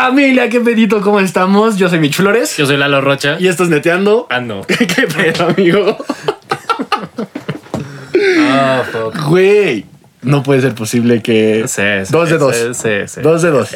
Familia, qué pedito, ¿cómo estamos? Yo soy Mitch Flores. Yo soy Lalo Rocha. Y esto es Neteando. Ah, no. ¿Qué pedo, amigo? Fuck. Güey, no puede ser posible que... Sí. 2 de 2. Sí. 2 de 2. Sí.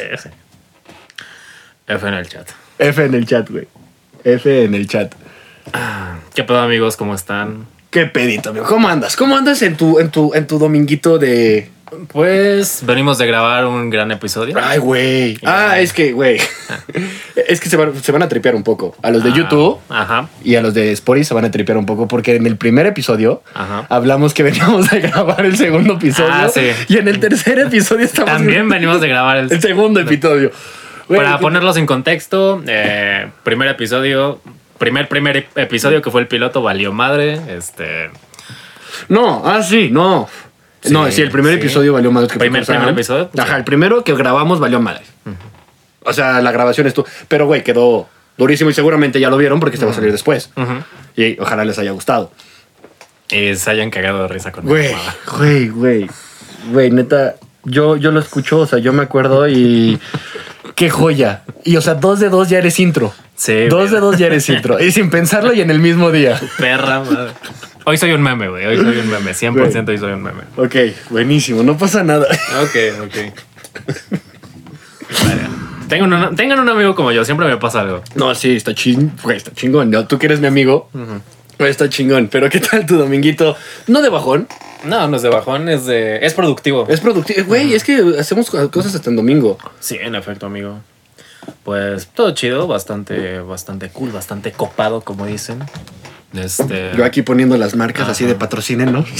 F en el chat. F en el chat, güey. F en el chat. ¿Qué pedo, amigos? ¿Cómo están? Qué pedito, amigo. ¿Cómo andas? ¿Cómo andas en tu dominguito de...? Pues venimos de grabar un gran episodio. Ay, güey. Es que, güey. Es que se van a tripear un poco. A los de YouTube Ajá. y a los de Spotify se van a tripear un poco porque en el primer episodio hablamos que veníamos a grabar el segundo episodio. Sí. Y en el tercer episodio estamos... También venimos de grabar el segundo episodio. Güey, Para ponerlos en contexto, primer episodio que fue el piloto valió madre. No, no. Sí, no, sí, el primer episodio valió madre. ¿Primer episodio? Ajá, el primero que grabamos valió madre. O sea, la grabación estuvo... Pero, güey, quedó durísimo y seguramente ya lo vieron porque este va a salir después. Y ojalá les haya gustado. Y se hayan cagado de risa con Güey, neta, yo lo escucho, o sea, yo me acuerdo y... ¡Qué joya! Y, o sea, 2 de 2 ya eres intro. Sí. 2 de 2 ya eres intro. Y sin pensarlo y en el mismo día. Perra madre. Hoy soy un meme, güey. 100% hoy soy un meme. Ok, buenísimo. No pasa nada. Ok. Vale. Tengan un amigo como yo. Siempre me pasa algo. No, sí, está chingón. ¿No? Tú que eres mi amigo. Está chingón. Pero ¿qué tal tu dominguito? No de bajón. No es de bajón. Es productivo. Es productivo. Güey, es que hacemos cosas hasta en domingo. Sí, en efecto, amigo. Pues todo chido. Bastante cool. Bastante copado, como dicen. Yo aquí poniendo las marcas así de patrocinen, ¿no?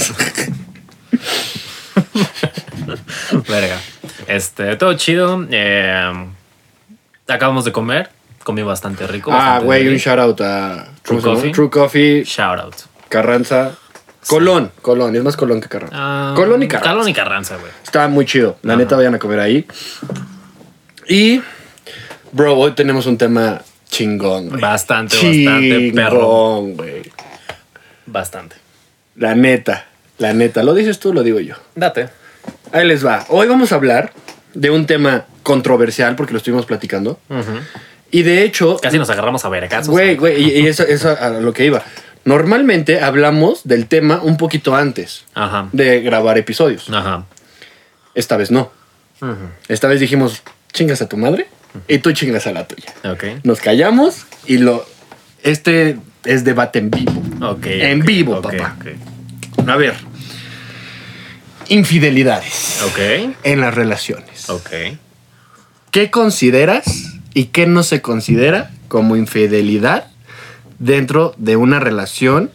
Verga. Todo chido. Acabamos de comer. Comí bastante rico. Güey, un shout out a True Coffee. Shout out. Carranza. Colón. Es más Colón que Carranza. Colón y Carranza, güey. Está muy chido. La neta, vayan a comer ahí. Y, bro, hoy tenemos un tema chingón, güey. Bastante, perro. Güey. Bastante. La neta. ¿Lo dices tú o lo digo yo? Date. Ahí les va. Hoy vamos a hablar de un tema controversial porque lo estuvimos platicando. Y de hecho... Casi nos agarramos a vergazos. Güey, y eso a lo que iba. Normalmente hablamos del tema un poquito antes de grabar episodios. Esta vez no. Esta vez dijimos, chingas a tu madre y tú chingas a la tuya. Nos callamos y este es debate en vivo. En vivo, papá. A ver. Infidelidades. En las relaciones. ¿Qué consideras y qué no se considera como infidelidad dentro de una relación?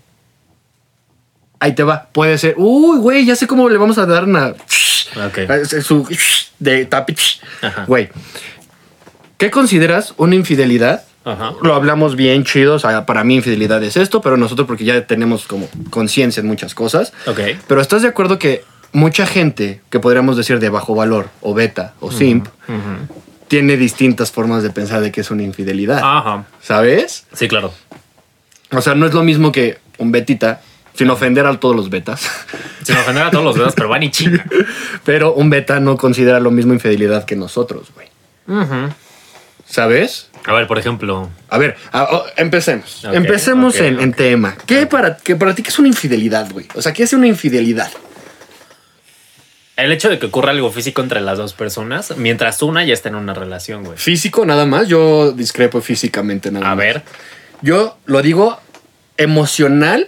Ahí te va. Puede ser, güey, ya sé cómo le vamos a dar una... Su de tapi. Güey. ¿Qué consideras una infidelidad? Lo hablamos bien chido. O sea, para mí infidelidad es esto, pero nosotros porque ya tenemos como conciencia en muchas cosas. Pero ¿estás de acuerdo que mucha gente que podríamos decir de bajo valor o beta o simp tiene distintas formas de pensar de que es una infidelidad? ¿Sabes? Sí, claro. O sea, no es lo mismo que un betita, sin ofender a todos los betas. Sin ofender a todos los betas, pero van y chinga. Pero un beta no considera lo mismo infidelidad que nosotros, güey. ¿Sabes? A ver, por ejemplo. A ver, empecemos. Empecemos en tema. ¿Qué para ti qué es una infidelidad, güey? O sea, ¿qué es una infidelidad? El hecho de que ocurra algo físico entre las dos personas, mientras una ya está en una relación, güey. ¿Físico nada más? Yo discrepo físicamente nada más. A ver. Yo lo digo emocional,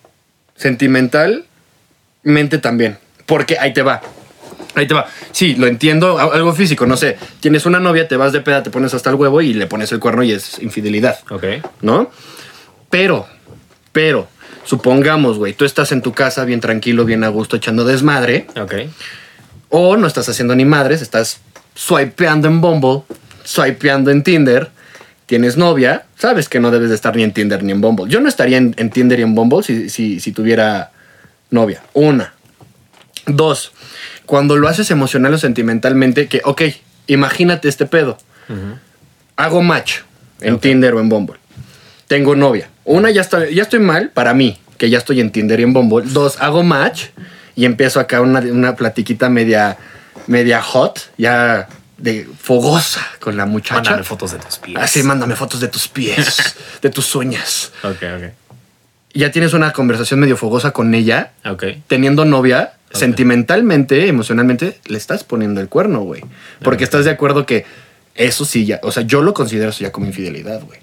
sentimentalmente también. Porque ahí te va. Sí, lo entiendo. Algo físico, no sé. Tienes una novia, te vas de peda, te pones hasta el huevo y le pones el cuerno y es infidelidad. ¿No? Pero, supongamos, güey, tú estás en tu casa bien tranquilo, bien a gusto, echando desmadre. O no estás haciendo ni madres, estás swipeando en Bumble, swipeando en Tinder, tienes novia, sabes que no debes de estar ni en Tinder ni en Bumble. Yo no estaría en Tinder y en Bumble si tuviera novia. 1. 2. Cuando lo haces emocional o sentimentalmente, que, imagínate este pedo. Hago match en Tinder o en Bumble. Tengo novia. 1, ya estoy mal para mí, que ya estoy en Tinder y en Bumble. 2, hago match y empiezo acá una platiquita media hot, ya de fogosa con la muchacha. Mándame fotos de tus pies. Así, mándame fotos de tus pies, de tus uñas. Ok. Ya tienes una conversación medio fogosa con ella. Ok. Teniendo novia, sentimentalmente, emocionalmente, le estás poniendo el cuerno, güey. Porque estás de acuerdo que eso sí ya... O sea, yo lo considero eso ya como infidelidad, güey.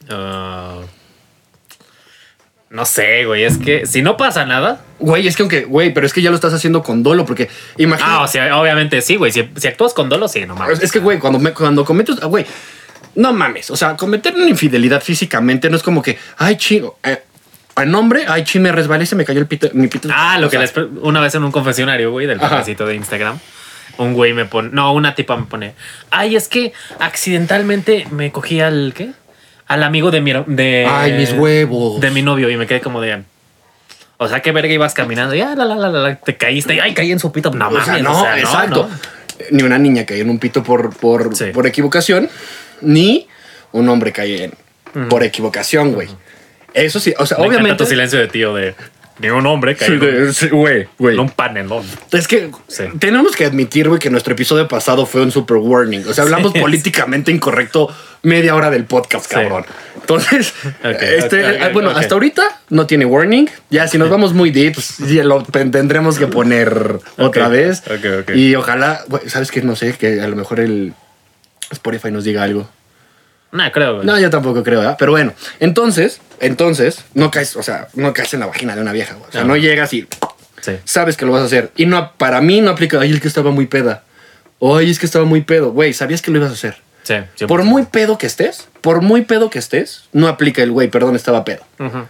No sé, güey. Es que si no pasa nada... Güey, es que aunque... Güey, pero es que ya lo estás haciendo con dolo porque... Imagina... o sea, obviamente sí, güey. Si actúas con dolo, sí, no mames. Es que, güey, cuando cometes... Güey, no mames. O sea, cometer una infidelidad físicamente no es como que... Ay, chingo... al nombre, ay, chi, me resbalé y se me cayó mi pito. Lo que una vez en un confesionario, güey, del cafecito de Instagram, un güey me pone, una tipa me pone, ay, es que accidentalmente me cogí al, ¿qué? Al amigo ay, mis huevos. De mi novio y me quedé como de, o sea, qué verga ibas caminando y te caíste y ay, caí en su pito. No, o sea, no, exacto. No. Ni una niña cayó en un pito por equivocación, ni un hombre cayó por equivocación, güey. Eso sí, o sea, me obviamente. Encanta tu silencio de tío de un hombre que güey. Un panelón. Es que tenemos que admitir, güey, que nuestro episodio pasado fue un super warning. O sea, hablamos políticamente incorrecto media hora del podcast, cabrón. Entonces, hasta ahorita no tiene warning. Ya, si nos vamos muy deep, pues, ya lo tendremos que poner otra vez. Y ojalá, güey, ¿sabes qué? No sé, que a lo mejor el Spotify nos diga algo. No, creo, güey. No, yo tampoco creo, ¿verdad? Pero bueno, entonces, no caes, o sea, no caes en la vagina de una vieja, güey. O sea, no llegas y sabes que lo vas a hacer. Y no, para mí no aplica, ay, es que estaba muy peda. O ay, es que estaba muy pedo. Güey, sabías que lo ibas a hacer. Sí. Por muy pedo que estés, no aplica el güey, perdón, estaba pedo.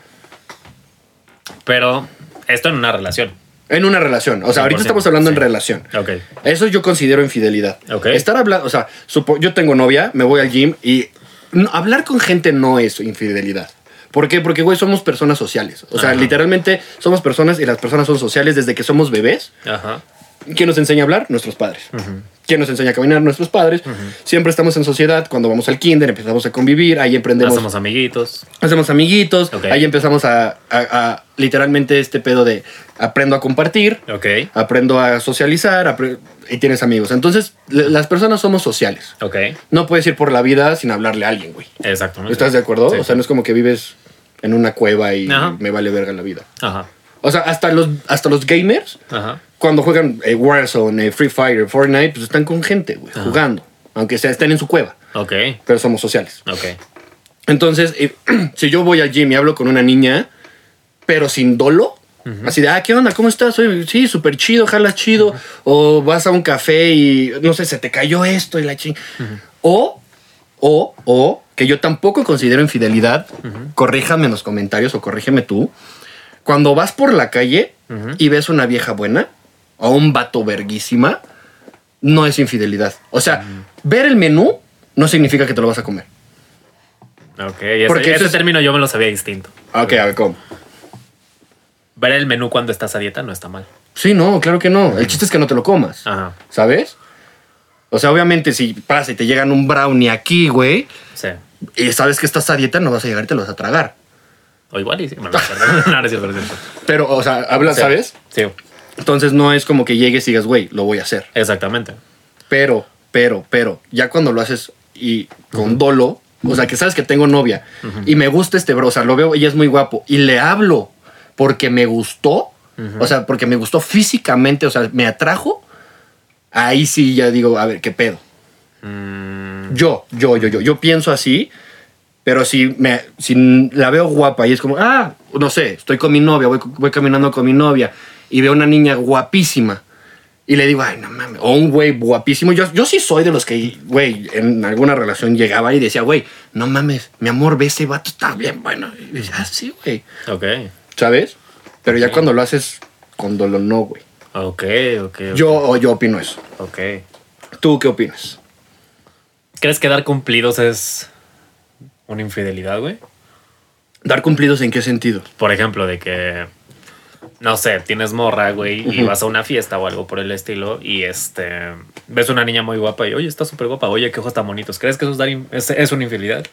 Pero esto en una relación. En una relación. O sea, ahorita estamos hablando en relación. Ok. Eso yo considero infidelidad. Ok. Estar hablando, o sea, yo tengo novia, me voy al gym y hablar con gente no es infidelidad. ¿Por qué? Porque, güey, somos personas sociales. O sea, literalmente somos personas y las personas son sociales desde que somos bebés. Ajá. ¿Quién nos enseña a hablar? Nuestros padres. ¿Quién nos enseña a caminar? Nuestros padres. Siempre estamos en sociedad. Cuando vamos al kinder empezamos a convivir. Ahí emprendemos. Hacemos amiguitos. Okay. Ahí empezamos a literalmente este pedo de aprendo a compartir. Okay. Aprendo a socializar. Y tienes amigos. Entonces, las personas somos sociales. Okay. No puedes ir por la vida sin hablarle a alguien, güey. Exactamente. ¿Estás de acuerdo? Sí. O sea, no es como que vives en una cueva y me vale verga la vida. Ajá. O sea, hasta los gamers, cuando juegan Warzone, Free Fire, Fortnite, pues están con gente, güey, jugando. Aunque estén en su cueva. Ok. Pero somos sociales. Ok. Entonces, si yo voy al gym y hablo con una niña, pero sin dolo, así de, ¿qué onda? ¿Cómo estás? Sí, súper chido, jalas chido. O vas a un café y, no sé, se te cayó esto y la ching. O, que yo tampoco considero infidelidad, corríjanme en los comentarios o corrígeme tú. Cuando vas por la calle y ves una vieja buena o un vato verguísima, no es infidelidad. O sea, ver el menú no significa que te lo vas a comer. Ok, ese término yo me lo sabía distinto. Ok, a ver, ¿cómo? Ver el menú cuando estás a dieta no está mal. Sí, no, claro que no. El chiste es que no te lo comas. Ajá. ¿Sabes? O sea, obviamente si pasa y te llegan un brownie aquí, güey, y sabes que estás a dieta, no vas a llegar y te lo vas a tragar. O igual y sí. No, es cierto. Pero, o sea, hablas, ¿sabes? Sí. Entonces no es como que llegues y digas, güey, lo voy a hacer. Exactamente. Pero, ya cuando lo haces y con dolo, o sea, que sabes que tengo novia y me gusta este bro, o sea, lo veo, ella es muy guapo y le hablo porque me gustó, o sea, porque me gustó físicamente, o sea, me atrajo, ahí sí ya digo, a ver, ¿qué pedo? Yo pienso así. Pero si la veo guapa y es como, no sé, estoy con mi novia, voy caminando con mi novia y veo una niña guapísima y le digo, ay, no mames, o un güey guapísimo. Yo sí soy de los que, güey, en alguna relación llegaba y decía, güey, no mames, mi amor, ve ese vato, está bien bueno. Y decía, sí, güey. Ok. ¿Sabes? Pero ya cuando lo haces con dolor, no, güey. Ok. Yo opino eso. Ok. ¿Tú qué opinas? ¿Crees que dar cumplidos es una infidelidad, güey? ¿Dar cumplidos en qué sentido? Por ejemplo, de que, no sé, tienes morra, güey, y vas a una fiesta o algo por el estilo y ves una niña muy guapa y, oye, está súper guapa, oye, qué ojos tan bonitos. ¿Crees que eso es una infidelidad?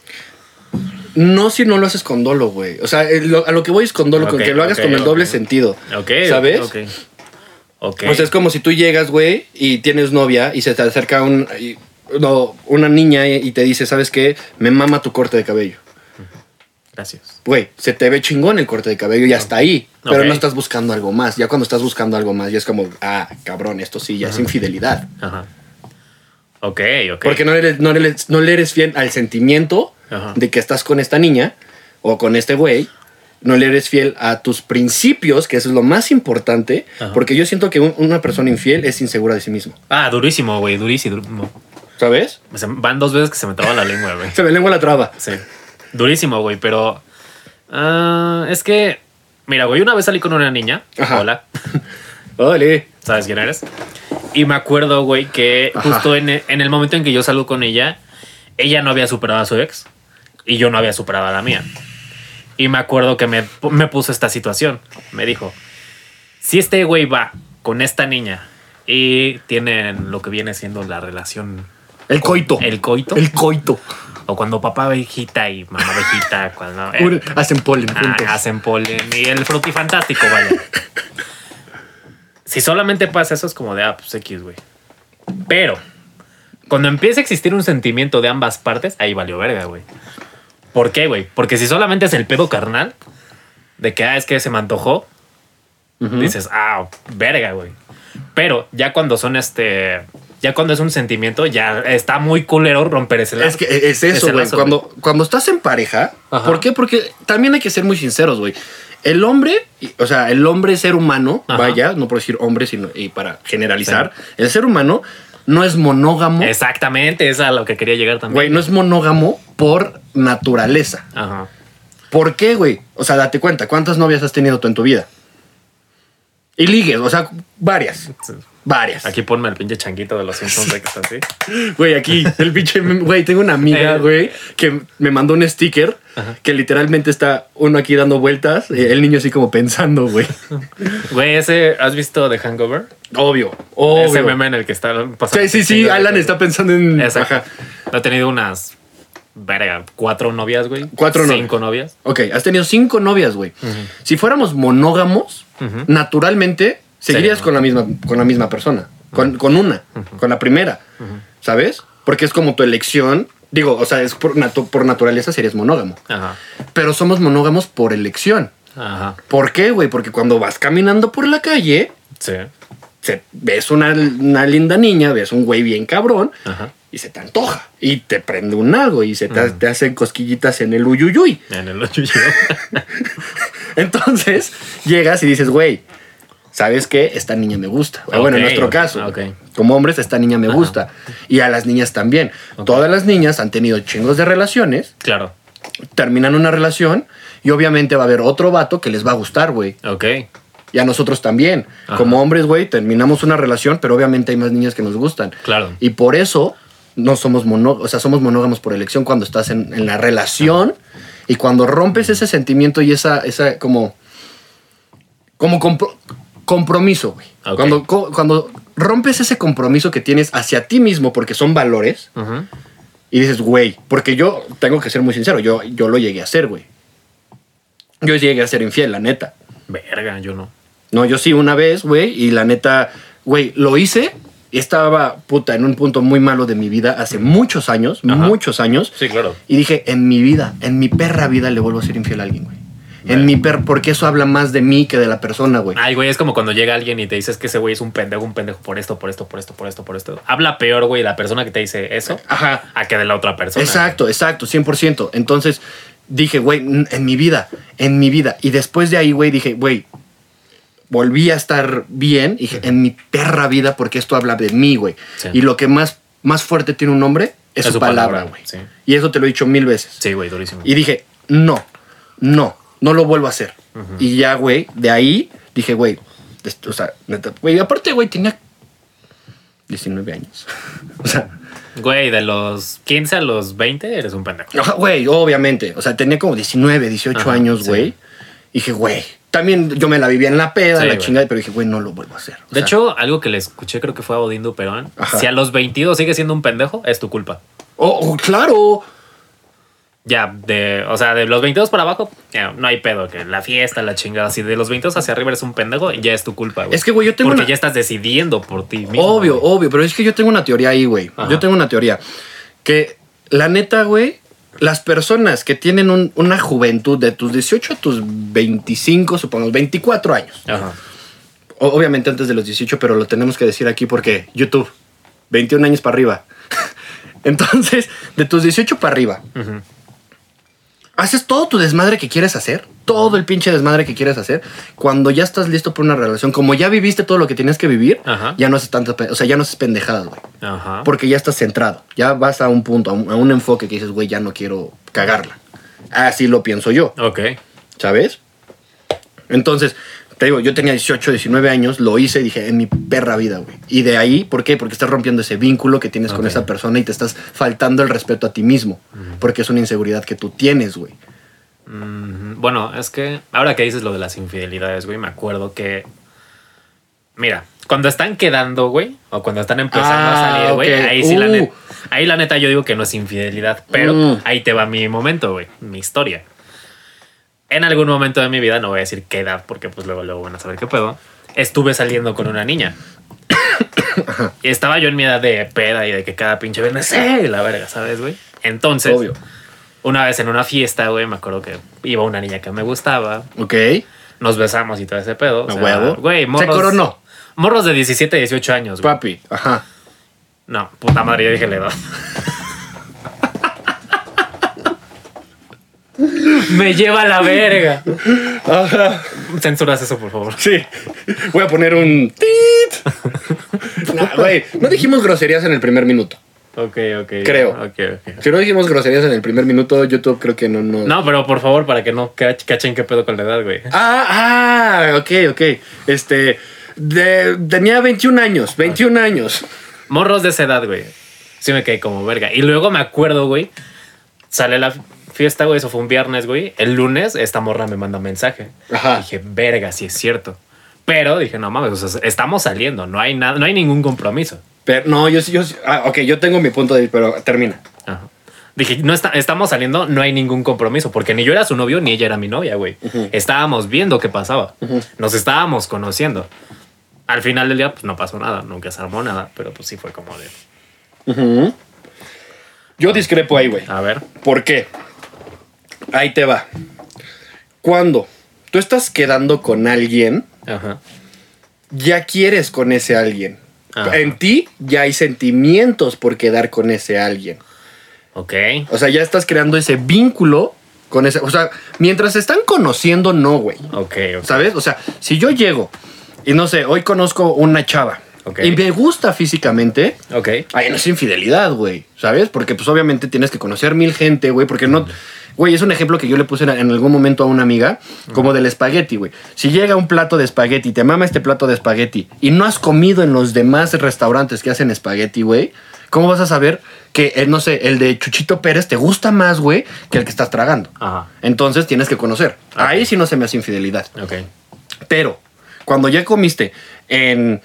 No, si no lo haces con dolo, güey. O sea, a lo que voy es con dolo, con que lo hagas con el doble sentido. ¿Sabes? Ok. O sea, es como si tú llegas, güey, y tienes novia y se te acerca no, una niña y te dice, ¿sabes qué? Me mama tu corte de cabello. Gracias. Güey, se te ve chingón el corte de cabello y hasta ahí. Pero no estás buscando algo más. Ya cuando estás buscando algo más, ya es como, cabrón, esto sí, ya es infidelidad. Ajá. Ok. Porque no le eres fiel al sentimiento de que estás con esta niña o con este güey. No le eres fiel a tus principios, que eso es lo más importante. Porque yo siento que una persona infiel es insegura de sí mismo. Durísimo, güey, durísimo. ¿Sabes? Van 2 veces que se me traba la lengua, güey. Se me lengua la traba. Sí. Durísimo, güey, pero... es que... Mira, güey, una vez salí con una niña. Ajá. Hola. Hola. ¿Sabes quién eres? Y me acuerdo, güey, que justo en el momento en que yo salgo con ella no había superado a su ex y yo no había superado a la mía. Y me acuerdo que me puso esta situación. Me dijo, si este güey va con esta niña y tienen lo que viene siendo la relación... El coito. El coito. El coito. O cuando papá abejita y mamá abejita, cuando... hacen polen juntos. Hacen polen. Y el frutifantástico, vaya. Si solamente pasa eso, es como de, pues X, güey. Pero, cuando empieza a existir un sentimiento de ambas partes, ahí valió verga, güey. ¿Por qué, güey? Porque si solamente es el pedo carnal, de que, es que se me antojó, dices, verga, güey. Pero, ya cuando son ya cuando es un sentimiento, ya está muy culero romper ese lazo. Es que es eso, güey. Cuando estás en pareja, ¿por qué? Porque también hay que ser muy sinceros, güey. El hombre, o sea, el hombre ser humano, vaya, no por decir hombre, sino y para generalizar, el ser humano no es monógamo. Exactamente, es a lo que quería llegar también. Güey, no es monógamo por naturaleza. Ajá. ¿Por qué, güey? O sea, date cuenta, ¿cuántas novias has tenido tú en tu vida? Y ligues, o sea, varias. Sí. Varias. Aquí ponme el pinche changuito de los Simpsons de que está así. Güey, aquí, el pinche... Güey, tengo una amiga, güey, que me mandó un sticker que literalmente está uno aquí dando vueltas, el niño así como pensando, güey. Güey, ¿has visto The Hangover? Obvio. Ese meme en el que está pasando. Sí, Alan está pensando en... Exacto. Ha tenido unas... Verga, 4 novias, güey. 5 novias. Ok, has tenido 5 novias, güey. Si fuéramos monógamos, naturalmente... Seguirías con la misma persona. Con una. Con la primera. ¿Sabes? Porque es como tu elección. Digo, o sea, es por naturaleza serías monógamo. Ajá. Pero somos monógamos por elección. Ajá. ¿Por qué, güey? Porque cuando vas caminando por la calle... Sí. Ves una linda niña, ves un güey bien cabrón... Ajá. Y se te antoja. Y te prende un algo. Y se te hacen cosquillitas en el uyuyuy. En el uyuyuy. Entonces, llegas y dices, güey... ¿Sabes qué? Esta niña me gusta. Bueno, en nuestro caso, como hombres, esta niña me gusta. Y a las niñas también. Todas las niñas han tenido chingos de relaciones. Claro. Terminan una relación y obviamente va a haber otro vato que les va a gustar, güey. Ok. Y a nosotros también. Como hombres, güey, terminamos una relación, pero obviamente hay más niñas que nos gustan. Claro. Y por eso no somos somos monógamos por elección cuando estás en la relación y cuando rompes ese sentimiento y esa como compromiso, güey. Okay. Cuando rompes ese compromiso que tienes hacia ti mismo porque son valores y dices, güey, porque yo tengo que ser muy sincero, yo lo llegué a hacer, güey. Yo llegué a ser infiel, la neta. Verga, yo no. No, yo sí una vez, güey, y la neta, güey, lo hice y estaba, en un punto muy malo de mi vida hace muchos años. Sí, claro. Y dije, en mi perra vida le vuelvo a ser infiel a alguien, güey. Porque eso habla más de mí que de la persona, güey. Ay, güey, es como cuando llega alguien y te dices que ese güey es un pendejo por esto. Habla peor, güey, la persona que te dice eso a que de la otra persona. Exacto, 100%. Entonces dije, güey, en mi vida. Y después de ahí, güey, dije, güey, volví a estar bien. Y dije, en mi perra vida, porque esto habla de mí, güey. Sí. Y lo que más fuerte tiene un hombre es su palabra, güey. Sí. Y eso te lo he dicho 1000 veces. Sí, güey, durísimo. Y dije, no lo vuelvo a hacer. Y ya, güey, de ahí dije, güey, o sea, neta, güey, aparte, güey, tenía 19 años. O sea, güey, de los 15 a los 20 eres un pendejo. Güey, obviamente. O sea, tenía como 19, 18 años, güey. Sí. Y dije, güey, también yo me la vivía en la peda, la chingada, pero dije, güey, no lo vuelvo a hacer. De hecho, algo que le escuché, creo que fue a Odín Duperón. Si a los 22 sigues siendo un pendejo, es tu culpa. Claro. Ya, o sea, de los 22 para abajo, ya, no hay pedo, que la fiesta, la chingada. Si de los 22 hacia arriba eres un pendejo, ya es tu culpa, güey. Es que, güey, yo tengo Porque ya estás decidiendo por ti mismo. Obvio, pero es que yo tengo una teoría ahí, güey. Yo tengo una teoría. Que, la neta, güey, las personas que tienen una juventud de tus 18 a tus 25, supongamos, 24 años. Ajá. Obviamente antes de los 18, pero lo tenemos que decir aquí porque YouTube, 21 años para arriba. Entonces, de tus 18 para arriba, haces todo tu desmadre que quieres hacer, todo el pinche desmadre que quieres hacer, cuando ya estás listo por una relación, como ya viviste todo lo que tienes que vivir, ya no haces tanto, o sea, ya no haces pendejadas, güey. Porque ya estás centrado, ya vas a un punto, a un enfoque que dices, güey, ya no quiero cagarla. Así lo pienso yo. Ok. ¿Sabes? Entonces, te digo, yo tenía 18, 19 años, lo hice y dije, en mi perra vida, güey. Y de ahí, ¿por qué? Porque estás rompiendo ese vínculo que tienes con esa persona y te estás faltando el respeto a ti mismo. Porque es una inseguridad que tú tienes, güey. Bueno, es que ahora que dices lo de las infidelidades, güey, me acuerdo que... Mira, cuando están quedando, güey, o cuando están empezando a salir, güey, ahí sí ahí la neta yo digo que no es infidelidad. Pero ahí te va mi momento, güey, mi historia. En algún momento de mi vida, no voy a decir qué edad, porque pues luego van a saber qué pedo, estuve saliendo con una niña. Y estaba yo en mi edad de peda y de que cada pinche viernes, la verga, ¿sabes, güey? Entonces, obvio, una vez en una fiesta, güey, me acuerdo que iba una niña que me gustaba. Ok. Nos besamos y todo ese pedo. ¿A huevo? Güey, morros... Se coronó. Morros de 17, 18 años, güey. Papi, ajá. No, puta madre, ya dije la edad. Me lleva a la verga. Ajá. Censuras eso, por favor. Sí. Voy a poner un tit. Güey, no dijimos groserías en el primer minuto. Ok. Creo. Ok. Si no dijimos groserías en el primer minuto, YouTube creo que no. No, pero por favor, para que no cachen qué pedo con la edad, güey. Ok. Tenía 21 años. Morros de esa edad, güey. Sí me quedé como verga. Y luego me acuerdo, güey, sale la fiesta, güey, eso fue un viernes, güey. El lunes esta morra me manda mensaje. Ajá. Dije, verga, sí es cierto. Pero dije, no mames, o sea, estamos saliendo, no hay nada, no hay ningún compromiso. Pero no, yo ok, yo tengo mi punto de vista, pero termina. Ajá. Dije, estamos saliendo, no hay ningún compromiso, porque ni yo era su novio ni ella era mi novia, güey. Estábamos viendo qué pasaba. Nos estábamos conociendo. Al final del día, pues no pasó nada, nunca se armó nada, pero pues sí fue como de... Yo discrepo ahí, güey. A ver. ¿Por qué? Ahí te va. Cuando tú estás quedando con alguien, ya quieres con ese alguien. En ti ya hay sentimientos por quedar con ese alguien. Ok. O sea, ya estás creando ese vínculo con ese... O sea, mientras se están conociendo, no, güey. Ok. ¿Sabes? O sea, si yo llego y no sé, hoy conozco una chava y me gusta físicamente, ahí no es infidelidad, güey. ¿Sabes? Porque pues obviamente tienes que conocer 1000 gente, güey, porque no... Güey, es un ejemplo que yo le puse en algún momento a una amiga, como del espagueti, güey. Si llega un plato de espagueti, te mama este plato de espagueti y no has comido en los demás restaurantes que hacen espagueti, güey, ¿cómo vas a saber que, no sé, el de Chuchito Pérez te gusta más, güey, que el que estás tragando? Entonces tienes que conocer. Ahí sí no se me hace infidelidad. Pero cuando ya comiste en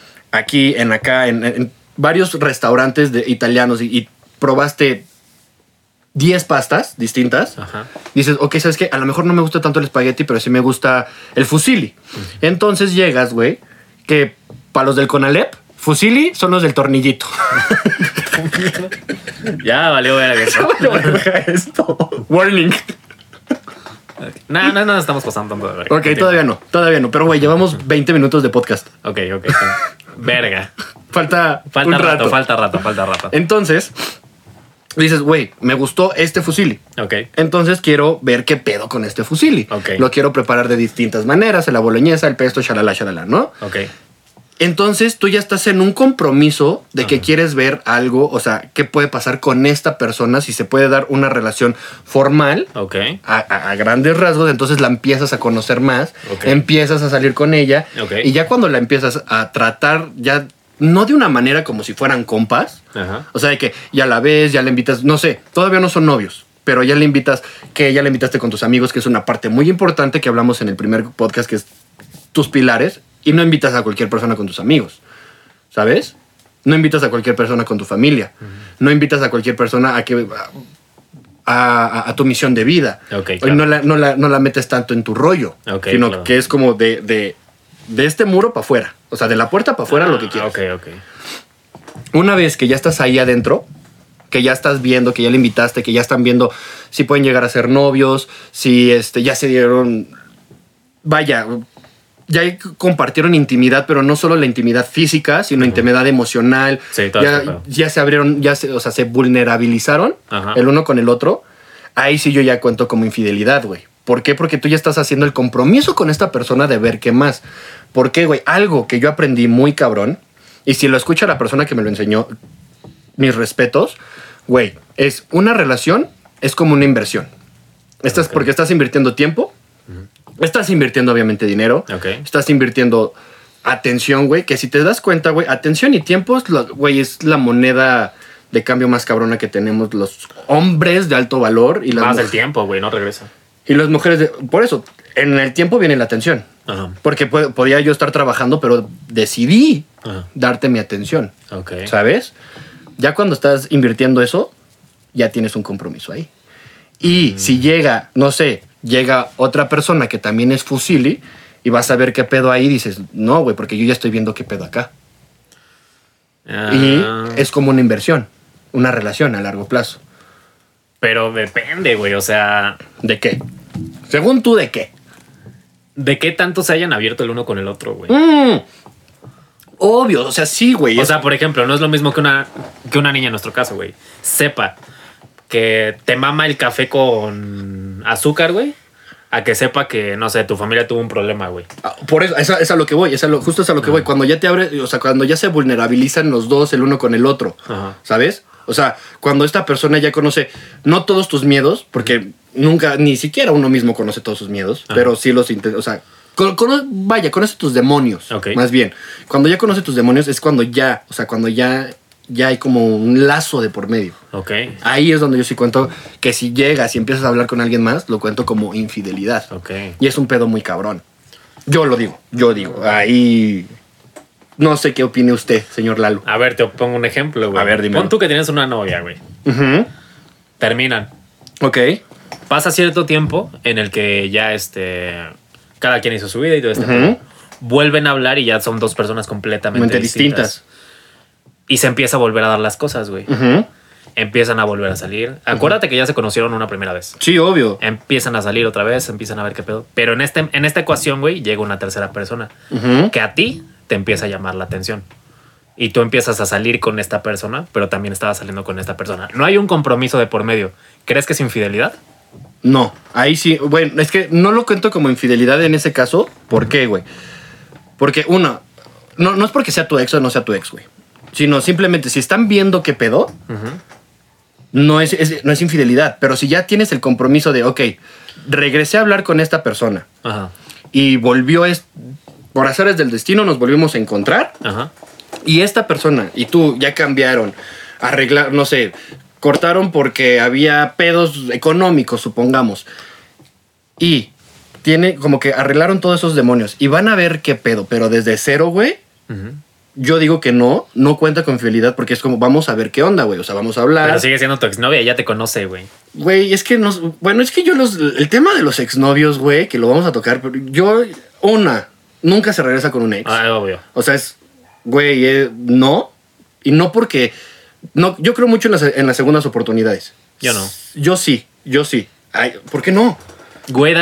varios restaurantes italianos y probaste 10 pastas distintas, dices, ok, ¿sabes qué? A lo mejor no me gusta tanto el espagueti, pero sí me gusta el fusilli. Entonces llegas, güey, que para los del Conalep, fusilli son los del tornillito. Ya valió verga eso. Esto. Warning. No estamos pasando tanto de verga. Ok, todavía no. Pero, güey, llevamos 20 minutos de podcast. Ok. Verga. Falta rato. Falta rato. Entonces... dices, güey, me gustó este fusilli. Entonces quiero ver qué pedo con este fusilli. Lo quiero preparar de distintas maneras, la boloñesa, el pesto, shalala, ¿no? Entonces tú ya estás en un compromiso de que quieres ver algo, o sea, qué puede pasar con esta persona, si se puede dar una relación formal a grandes rasgos. Entonces la empiezas a conocer más, empiezas a salir con ella y ya cuando la empiezas a tratar ya... no de una manera como si fueran compas. O sea, de que ya la ves, ya la invitas, no sé, todavía no son novios, pero ya le invitaste con tus amigos, que es una parte muy importante que hablamos en el primer podcast, que es tus pilares, y no invitas a cualquier persona con tus amigos, ¿sabes? No invitas a cualquier persona con tu familia. No invitas a cualquier persona a que... a tu misión de vida. Okay, claro. No la metes tanto en tu rollo, sino claro. que es como de este muro para afuera. O sea, de la puerta para afuera lo que quieras. Ok. Una vez que ya estás ahí adentro, que ya estás viendo, que ya le invitaste, que ya están viendo si pueden llegar a ser novios, si ya se dieron... Vaya, ya compartieron intimidad, pero no solo la intimidad física, sino intimidad emocional. Sí, ya se abrieron, o sea, se vulnerabilizaron el uno con el otro. Ahí sí yo ya cuento como infidelidad, güey. ¿Por qué? Porque tú ya estás haciendo el compromiso con esta persona de ver qué más. ¿Por qué, güey? Algo que yo aprendí muy cabrón, y si lo escucha la persona que me lo enseñó, mis respetos, güey, es una relación, es como una inversión. Porque estás invirtiendo tiempo, estás invirtiendo obviamente dinero, estás invirtiendo atención, güey, que si te das cuenta, güey, atención y tiempo, es la moneda de cambio más cabrona que tenemos los hombres de alto valor. Y más del tiempo, güey, no regresa. Y las mujeres, por eso, en el tiempo viene la atención. Porque podía yo estar trabajando, pero decidí darte mi atención. ¿Sabes? Ya cuando estás invirtiendo eso, ya tienes un compromiso ahí. Y si llega otra persona que también es fusili y vas a ver qué pedo ahí, dices, no, güey, porque yo ya estoy viendo qué pedo acá. Y es como una inversión, una relación a largo plazo. Pero depende, güey, o sea... ¿De qué? Según tú, ¿de qué? ¿De qué tanto se hayan abierto el uno con el otro, güey? Obvio, o sea, sí, güey. O sea, por ejemplo, no es lo mismo que una niña en nuestro caso, güey. Sepa que te mama el café con azúcar, güey, a que sepa que, no sé, tu familia tuvo un problema, güey. Por eso, es a lo que voy, justo es a lo que voy. Cuando ya te abre, o sea, cuando ya se vulnerabilizan los dos el uno con el otro, ¿sabes? O sea, cuando esta persona ya conoce no todos tus miedos, porque nunca, ni siquiera uno mismo conoce todos sus miedos, pero sí los intenta, o sea, conoce tus demonios, más bien. Cuando ya conoce tus demonios es cuando ya hay como un lazo de por medio. Ahí es donde yo sí cuento que si llegas y empiezas a hablar con alguien más, lo cuento como infidelidad. Y es un pedo muy cabrón. Yo digo. Ahí... No sé qué opine usted, señor Lalo. A ver, te pongo un ejemplo, güey. A ver, dime. Pon tú que tienes una novia, güey. Terminan. Pasa cierto tiempo en el que ya cada quien hizo su vida y todo esto. Vuelven a hablar y ya son dos personas completamente distintas. Y se empieza a volver a dar las cosas, güey. Empiezan a volver a salir. Acuérdate que ya se conocieron una primera vez. Sí, obvio. Empiezan a salir otra vez, empiezan a ver qué pedo. Pero en esta ecuación, güey, llega una tercera persona que a ti te empieza a llamar la atención. Y tú empiezas a salir con esta persona, pero también estabas saliendo con esta persona. No hay un compromiso de por medio. ¿Crees que es infidelidad? No, ahí sí. Bueno, es que no lo cuento como infidelidad en ese caso. ¿Por qué, güey? Porque no es porque sea tu ex o no sea tu ex, güey. Sino simplemente si están viendo qué pedo, no es infidelidad. Pero si ya tienes el compromiso de, regresé a hablar con esta persona y volvió, por azares del destino, nos volvimos a encontrar. Y esta persona y tú ya cambiaron, no sé, cortaron porque había pedos económicos, supongamos. Y como que arreglaron todos esos demonios y van a ver qué pedo, pero desde cero, güey. Yo digo que no cuenta con infidelidad porque es como, vamos a ver qué onda, güey. O sea, vamos a hablar. Pero sigue siendo tu exnovia, ya te conoce, güey. Güey, es que el tema de los exnovios, güey, que lo vamos a tocar, pero nunca se regresa con un ex. Obvio. O sea, no. Y no porque, yo creo mucho en las segundas oportunidades. Yo no. Yo sí. Ay, ¿por qué no? Güey,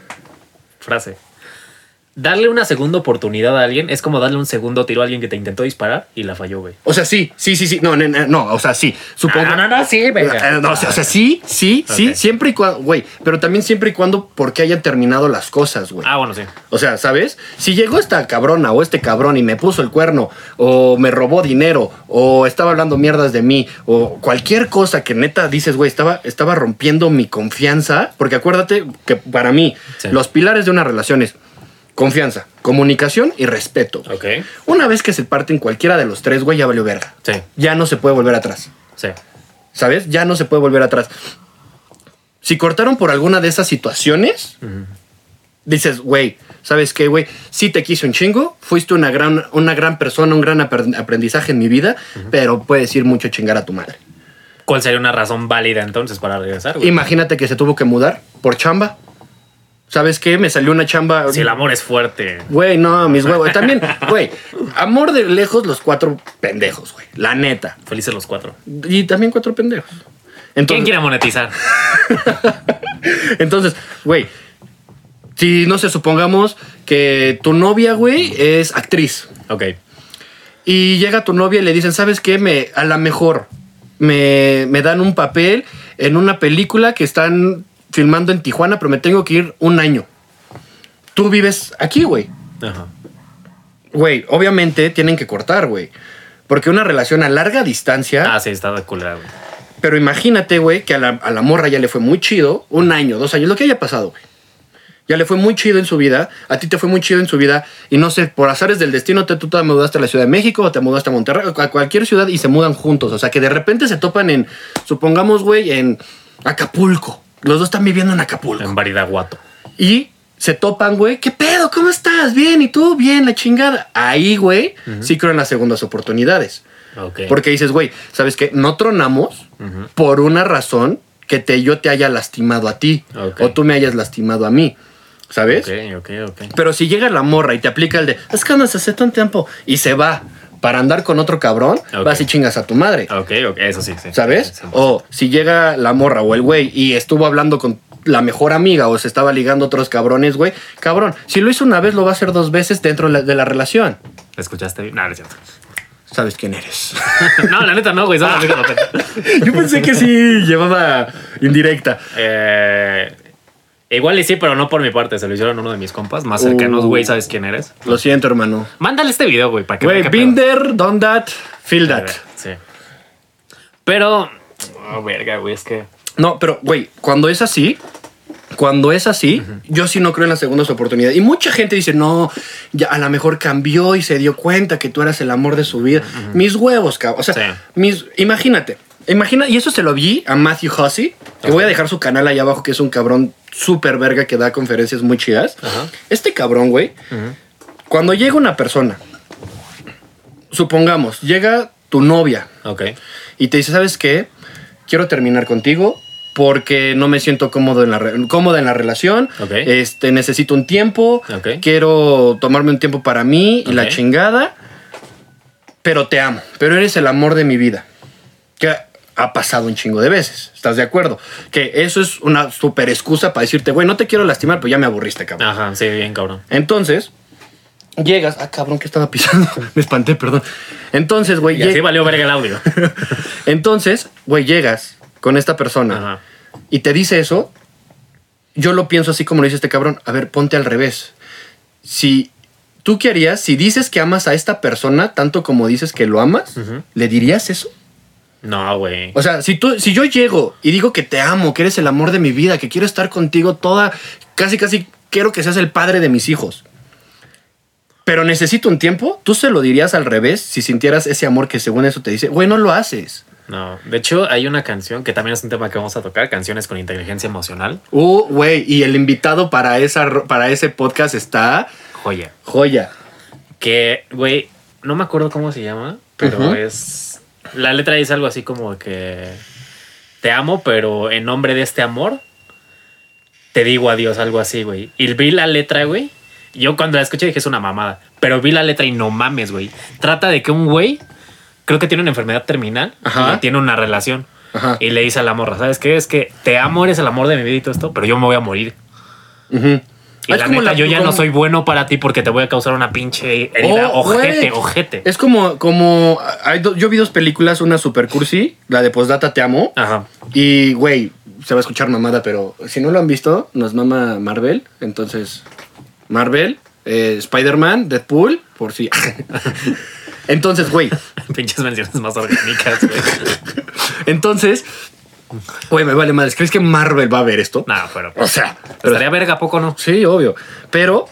darle una segunda oportunidad a alguien es como darle un segundo tiro a alguien que te intentó disparar y la falló, güey. O sea, sí. No, o sea, sí. Supongo. Sí, venga. O sea, sí. Siempre y cuando, güey. Pero también siempre y cuando porque hayan terminado las cosas, güey. Bueno, sí. O sea, ¿sabes? Si llegó esta cabrona o este cabrón y me puso el cuerno o me robó dinero o estaba hablando mierdas de mí o cualquier cosa que neta dices, güey, estaba rompiendo mi confianza. Porque acuérdate que para mí los pilares de una relación es confianza, comunicación y respeto. Una vez que se parten cualquiera de los tres, güey, ya valió verga. Ya no se puede volver atrás. ¿Sabes? Ya no se puede volver atrás. Si cortaron por alguna de esas situaciones, dices, güey, ¿sabes qué, güey? Sí te quise un chingo, fuiste una gran persona, un gran aprendizaje en mi vida, pero puedes ir mucho a chingar a tu madre. ¿Cuál sería una razón válida entonces para regresar, güey? Imagínate que se tuvo que mudar por chamba. ¿Sabes qué? Me salió una chamba. Si el amor es fuerte. Güey, no, mis huevos. También, güey, amor de lejos, los 4 pendejos, güey. La neta. Felices los 4. Y también 4 pendejos. Entonces, ¿quién quiere monetizar? Entonces, güey, si no sé, supongamos que tu novia, güey, es actriz. Ok. Y llega tu novia y le dicen, ¿sabes qué? A lo mejor me dan un papel en una película que están filmando en Tijuana, pero me tengo que ir 1 año. Tú vives aquí, güey. Ajá. Güey, obviamente tienen que cortar, güey. Porque una relación a larga distancia... Ah, sí, está de culera, güey. Pero imagínate, güey, que a la morra ya le fue muy chido. 1 año, 2 años, lo que haya pasado, güey. Ya le fue muy chido en su vida. A ti te fue muy chido en su vida. Y no sé, por azares del destino, tú te mudaste a la Ciudad de México o te mudaste a Monterrey, a cualquier ciudad y se mudan juntos. O sea, que de repente se topan en, supongamos, güey, en Acapulco. Los dos están viviendo en Acapulco. En Baridaguato. Y se topan, güey. ¿Qué pedo? ¿Cómo estás? Bien. ¿Y tú? Bien, la chingada. Ahí, güey, sí creo en las segundas oportunidades. Okay. Porque dices, güey, ¿sabes qué? No tronamos por una razón que yo te haya lastimado a ti. Okay. O tú me hayas lastimado a mí. ¿Sabes? Ok. Pero si llega la morra y te aplica el de, es que nos hace un tiempo y se va para andar con otro cabrón, vas y chingas a tu madre. Ok, eso sí. ¿Sabes? 100%. O si llega la morra o el güey y estuvo hablando con la mejor amiga o se estaba ligando a otros cabrones, güey. Cabrón, si lo hizo una vez, lo va a hacer 2 veces dentro de la relación. ¿Escuchaste bien? No, no es cierto. ¿Sabes quién eres? No, la neta no, güey. Yo pensé que sí llevaba indirecta. Igual y sí, pero no por mi parte. Se lo hicieron uno de mis compas más cercanos, güey. ¿Sabes quién eres? Lo siento, hermano. Mándale este video, güey, para que güey, been there, done that, feel that. Sí. Pero... Oh, verga, güey, es que... No, pero, güey, cuando es así, yo sí no creo en las segundas oportunidades. Y mucha gente dice, no, ya a lo mejor cambió y se dio cuenta que tú eras el amor de su vida. Mis huevos, cabrón. O sea, imagínate, y eso se lo vi a Matthew Hussey, que voy a dejar su canal ahí abajo, que es un cabrón súper verga que da conferencias muy chidas. Este cabrón, güey, cuando llega una persona, supongamos, llega tu novia y te dice, ¿sabes qué? Quiero terminar contigo porque no me siento cómoda en la relación. Necesito un tiempo. Quiero tomarme un tiempo para mí y la chingada. Pero te amo. Pero eres el amor de mi vida. Que ha pasado un chingo de veces. ¿Estás de acuerdo? Que eso es una super excusa para decirte, güey, no te quiero lastimar, pero ya me aburriste, cabrón. Ajá, sí, bien, cabrón. Entonces, llegas... Ah, cabrón, ¿qué estaba pisando? Me espanté, perdón. Entonces, güey... Y así valió verga el audio. Entonces, güey, llegas con esta persona y te dice eso, yo lo pienso así como lo dice este cabrón. A ver, ponte al revés. Si tú qué harías, si dices que amas a esta persona tanto como dices que lo amas, ¿le dirías eso? No, güey. O sea, si yo llego y digo que te amo, que eres el amor de mi vida, que quiero estar contigo toda, casi quiero que seas el padre de mis hijos, pero necesito un tiempo, ¿tú se lo dirías al revés si sintieras ese amor que según eso te dice? Güey, no lo haces. No, de hecho hay una canción que también es un tema que vamos a tocar, canciones con inteligencia emocional. Güey, y el invitado para ese podcast está... Joya. Que, güey, no me acuerdo cómo se llama, pero es... La letra dice algo así como que... Te amo, pero en nombre de este amor te digo adiós, algo así, güey. Y vi la letra, güey. Yo cuando la escuché dije es una mamada. Pero vi la letra y no mames, güey. Trata de que un güey... Creo que tiene una enfermedad terminal y tiene una relación. Y le dice a la morra, ¿sabes qué? Es que te amo, eres el amor de mi vida y todo esto, pero yo me voy a morir. Y la neta, yo ya no soy bueno para ti porque te voy a causar una pinche herida. Ojete. Es como yo vi 2 películas, una super cursi, la de Postdata Te Amo. Y, güey, se va a escuchar mamada, pero si no lo han visto, nos mama Marvel. Entonces, Marvel, Spider-Man, Deadpool, por si... Entonces, güey. Pinches menciones más orgánicas, güey. Entonces, güey, me vale madres. ¿Crees que Marvel va a ver esto? No, pero... O sea... Pero estaría verga, ¿a poco no? Sí, obvio. Pero...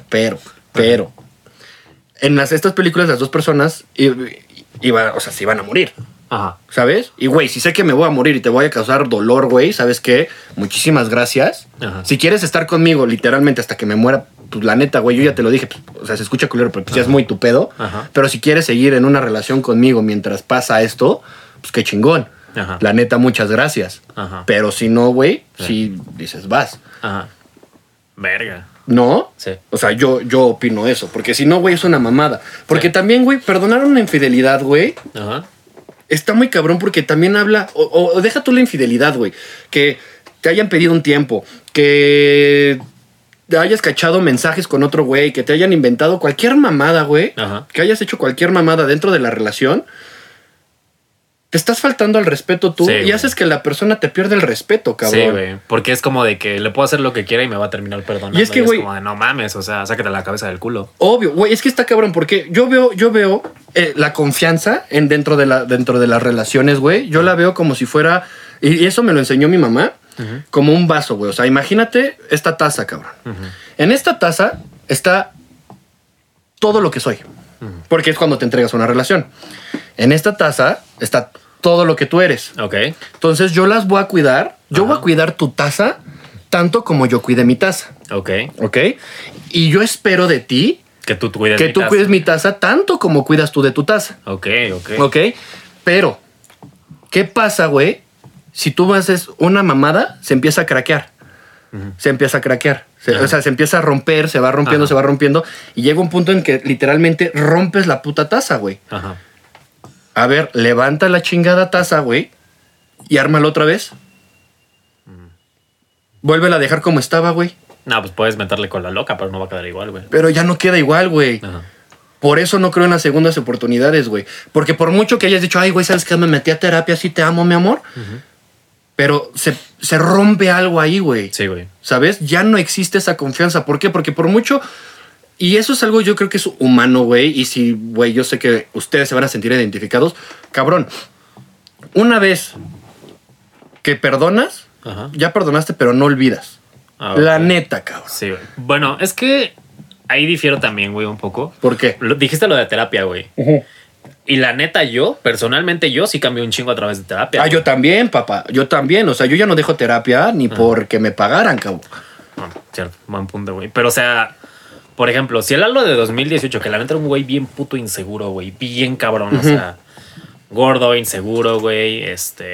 En estas películas, las 2 personas se iban a morir. ¿Sabes? Y, güey, si sé que me voy a morir y te voy a causar dolor, güey, ¿sabes qué? Muchísimas gracias. Si quieres estar conmigo literalmente hasta que me muera, pues la neta, güey, yo ya te lo dije, pues, o sea, se escucha culero, pero pues ya es muy tu pedo. Pero si quieres seguir en una relación conmigo mientras pasa esto, pues qué chingón. Ajá. La neta, muchas gracias. Ajá. Pero si no, güey, sí dices, vas. Ajá. Verga. ¿No? Sí. O sea, yo opino eso. Porque si no, güey, es una mamada. Porque también, güey, perdonar una infidelidad, güey, Ajá. está muy cabrón porque también habla... O deja tú la infidelidad, güey. Que te hayan pedido un tiempo. Que te hayas cachado mensajes con otro güey. Que te hayan inventado cualquier mamada, güey. Ajá. Que hayas hecho cualquier mamada dentro de la relación. Te estás faltando al respeto tú Sí, y güey. haces que la persona te pierda el respeto, cabrón. Sí, güey. Porque es como de que le puedo hacer lo que quiera y me va a terminar perdonando. Y es que, güey, como de no mames, o sea, sácate la cabeza del culo. Obvio, güey, es que está cabrón porque yo veo la confianza dentro de las relaciones, güey. Yo la veo como si fuera, y eso me lo enseñó mi mamá, como un vaso, güey. O sea, imagínate esta taza, cabrón. En esta taza está todo lo que soy, porque es cuando te entregas a una relación. En esta taza está todo lo que tú eres. Ok. Entonces yo las voy a cuidar. Yo voy a cuidar tu taza tanto como yo cuide mi taza. Ok. ¿Ok? Y yo espero de ti Que tú cuides que mi tú taza. cuides mi taza tanto como cuidas tú de tu taza. Ok, ok. ¿Ok? Pero, ¿qué pasa, güey? Si tú haces una mamada, se empieza a craquear. Se empieza a craquear. O sea, se empieza a romper, se va rompiendo, Ajá. se va rompiendo. Y llega un punto en que literalmente rompes la puta taza, güey. Ajá. A ver, levanta la chingada taza, güey, y ármala otra vez. Vuélvela a dejar como estaba, güey. No, pues puedes meterle con la loca, pero no va a quedar igual, güey. Pero ya no queda igual, güey. Ajá. Por eso no creo en las segundas oportunidades, güey. Porque por mucho que hayas dicho, ay, güey, ¿sabes qué? Me metí a terapia, sí te amo, mi amor. Pero se rompe algo ahí, güey. Sí, güey. ¿Sabes? Ya no existe esa confianza. ¿Por qué? Porque por mucho... Y eso es algo yo creo que es humano, güey. Y si, güey, yo sé que ustedes se van a sentir identificados. Cabrón, una vez que perdonas, Ajá. ya perdonaste, pero no olvidas. Ah, ok. La neta, cabrón. Sí, güey. Bueno, es que ahí difiero también, güey, un poco. ¿Por qué? Dijiste lo de terapia, güey. Y la neta, yo sí cambié un chingo a través de terapia. Ah, yo también, papá. Yo también. O sea, yo ya no dejo terapia ni porque me pagaran, cabrón. No, cierto, buen punto, güey. Pero, o sea, por ejemplo, si el Lalo de 2018, que la neta era un güey bien puto inseguro, güey, bien cabrón, o sea, gordo, inseguro, güey,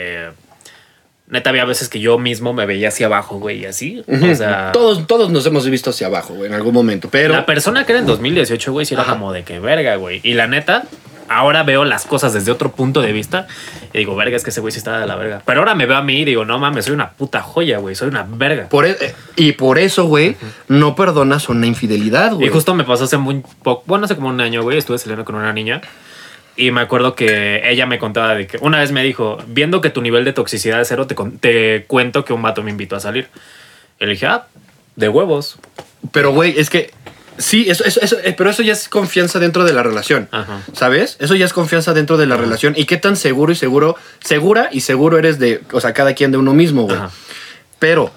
neta, había veces que yo mismo me veía hacia abajo, güey, y así. O sea, Todos nos hemos visto hacia abajo, güey, en algún momento. Pero la persona que era en 2018, güey, sí era como de que verga, güey. Y la neta, ahora veo las cosas desde otro punto de vista y digo, verga, es que ese güey sí está de la verga. Pero ahora me veo a mí y digo, no mames, soy una puta joya, güey, soy una verga. y por eso, güey, no perdonas una infidelidad, güey. Y justo me pasó hace muy poco, bueno, hace como un año, güey, estuve saliendo con una niña y me acuerdo que ella me contaba de que una vez me dijo, viendo que tu nivel de toxicidad es cero, te cuento que un vato me invitó a salir. Y le dije, de huevos. Pero, güey, es que sí, pero eso ya es confianza dentro de la relación. Ajá. ¿Sabes? Eso ya es confianza dentro de la relación. Y qué tan segura y seguro eres de, o sea, cada quien de uno mismo, güey. Ajá. Pero,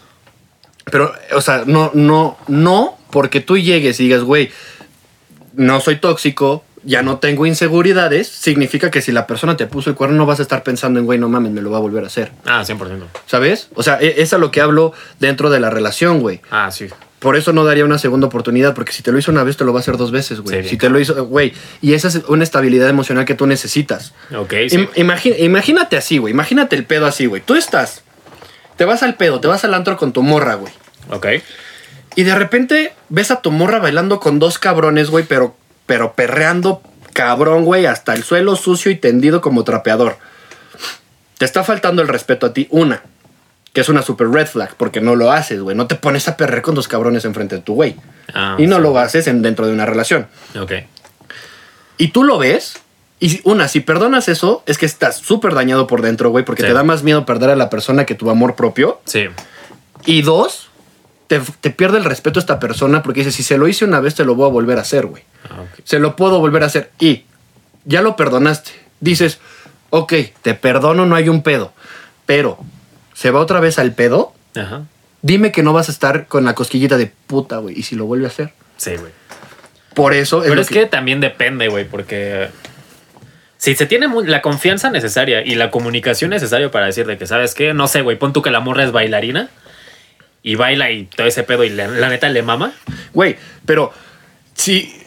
o sea, no, porque tú llegues y digas, güey, no soy tóxico, ya no tengo inseguridades, significa que si la persona te puso el cuerno no vas a estar pensando en, güey, no mames, me lo va a volver a hacer. 100%. ¿Sabes? O sea, es a lo que hablo dentro de la relación, güey. Sí. Por eso no daría una segunda oportunidad, porque si te lo hizo una vez, te lo va a hacer 2 veces, güey. Sí, Si te lo hizo, güey. Y esa es una estabilidad emocional que tú necesitas. Ok, sí. Imagínate así, güey. Imagínate el pedo así, güey. Tú te vas al pedo, te vas al antro con tu morra, güey. Ok. Y de repente ves a tu morra bailando con 2 cabrones, güey, pero perreando cabrón, güey, hasta el suelo sucio y tendido como trapeador. Te está faltando el respeto a ti, que es una super red flag, porque no lo haces, güey. No te pones a perrer con 2 cabrones enfrente de tu güey. Y no lo haces dentro de una relación. Ok. Y tú lo ves, y si perdonas eso, es que estás súper dañado por dentro, güey, porque Sí. te da más miedo perder a la persona que tu amor propio. Sí. Y 2, te pierde el respeto a esta persona porque dices, si se lo hice una vez, te lo voy a volver a hacer, güey. Ok. Se lo puedo volver a hacer. Y ya lo perdonaste. Dices, ok, te perdono, no hay un pedo. Pero, ¿se va otra vez al pedo? Ajá. Dime que no vas a estar con la cosquillita de puta, güey. ¿Y si lo vuelve a hacer? Sí, güey. Por eso... Pero lo es que también depende, güey, porque si se tiene la confianza necesaria y la comunicación necesaria para decir de que, ¿sabes qué? No sé, güey, pon tú que la morra es bailarina y baila y todo ese pedo y la neta le mama. Güey, pero si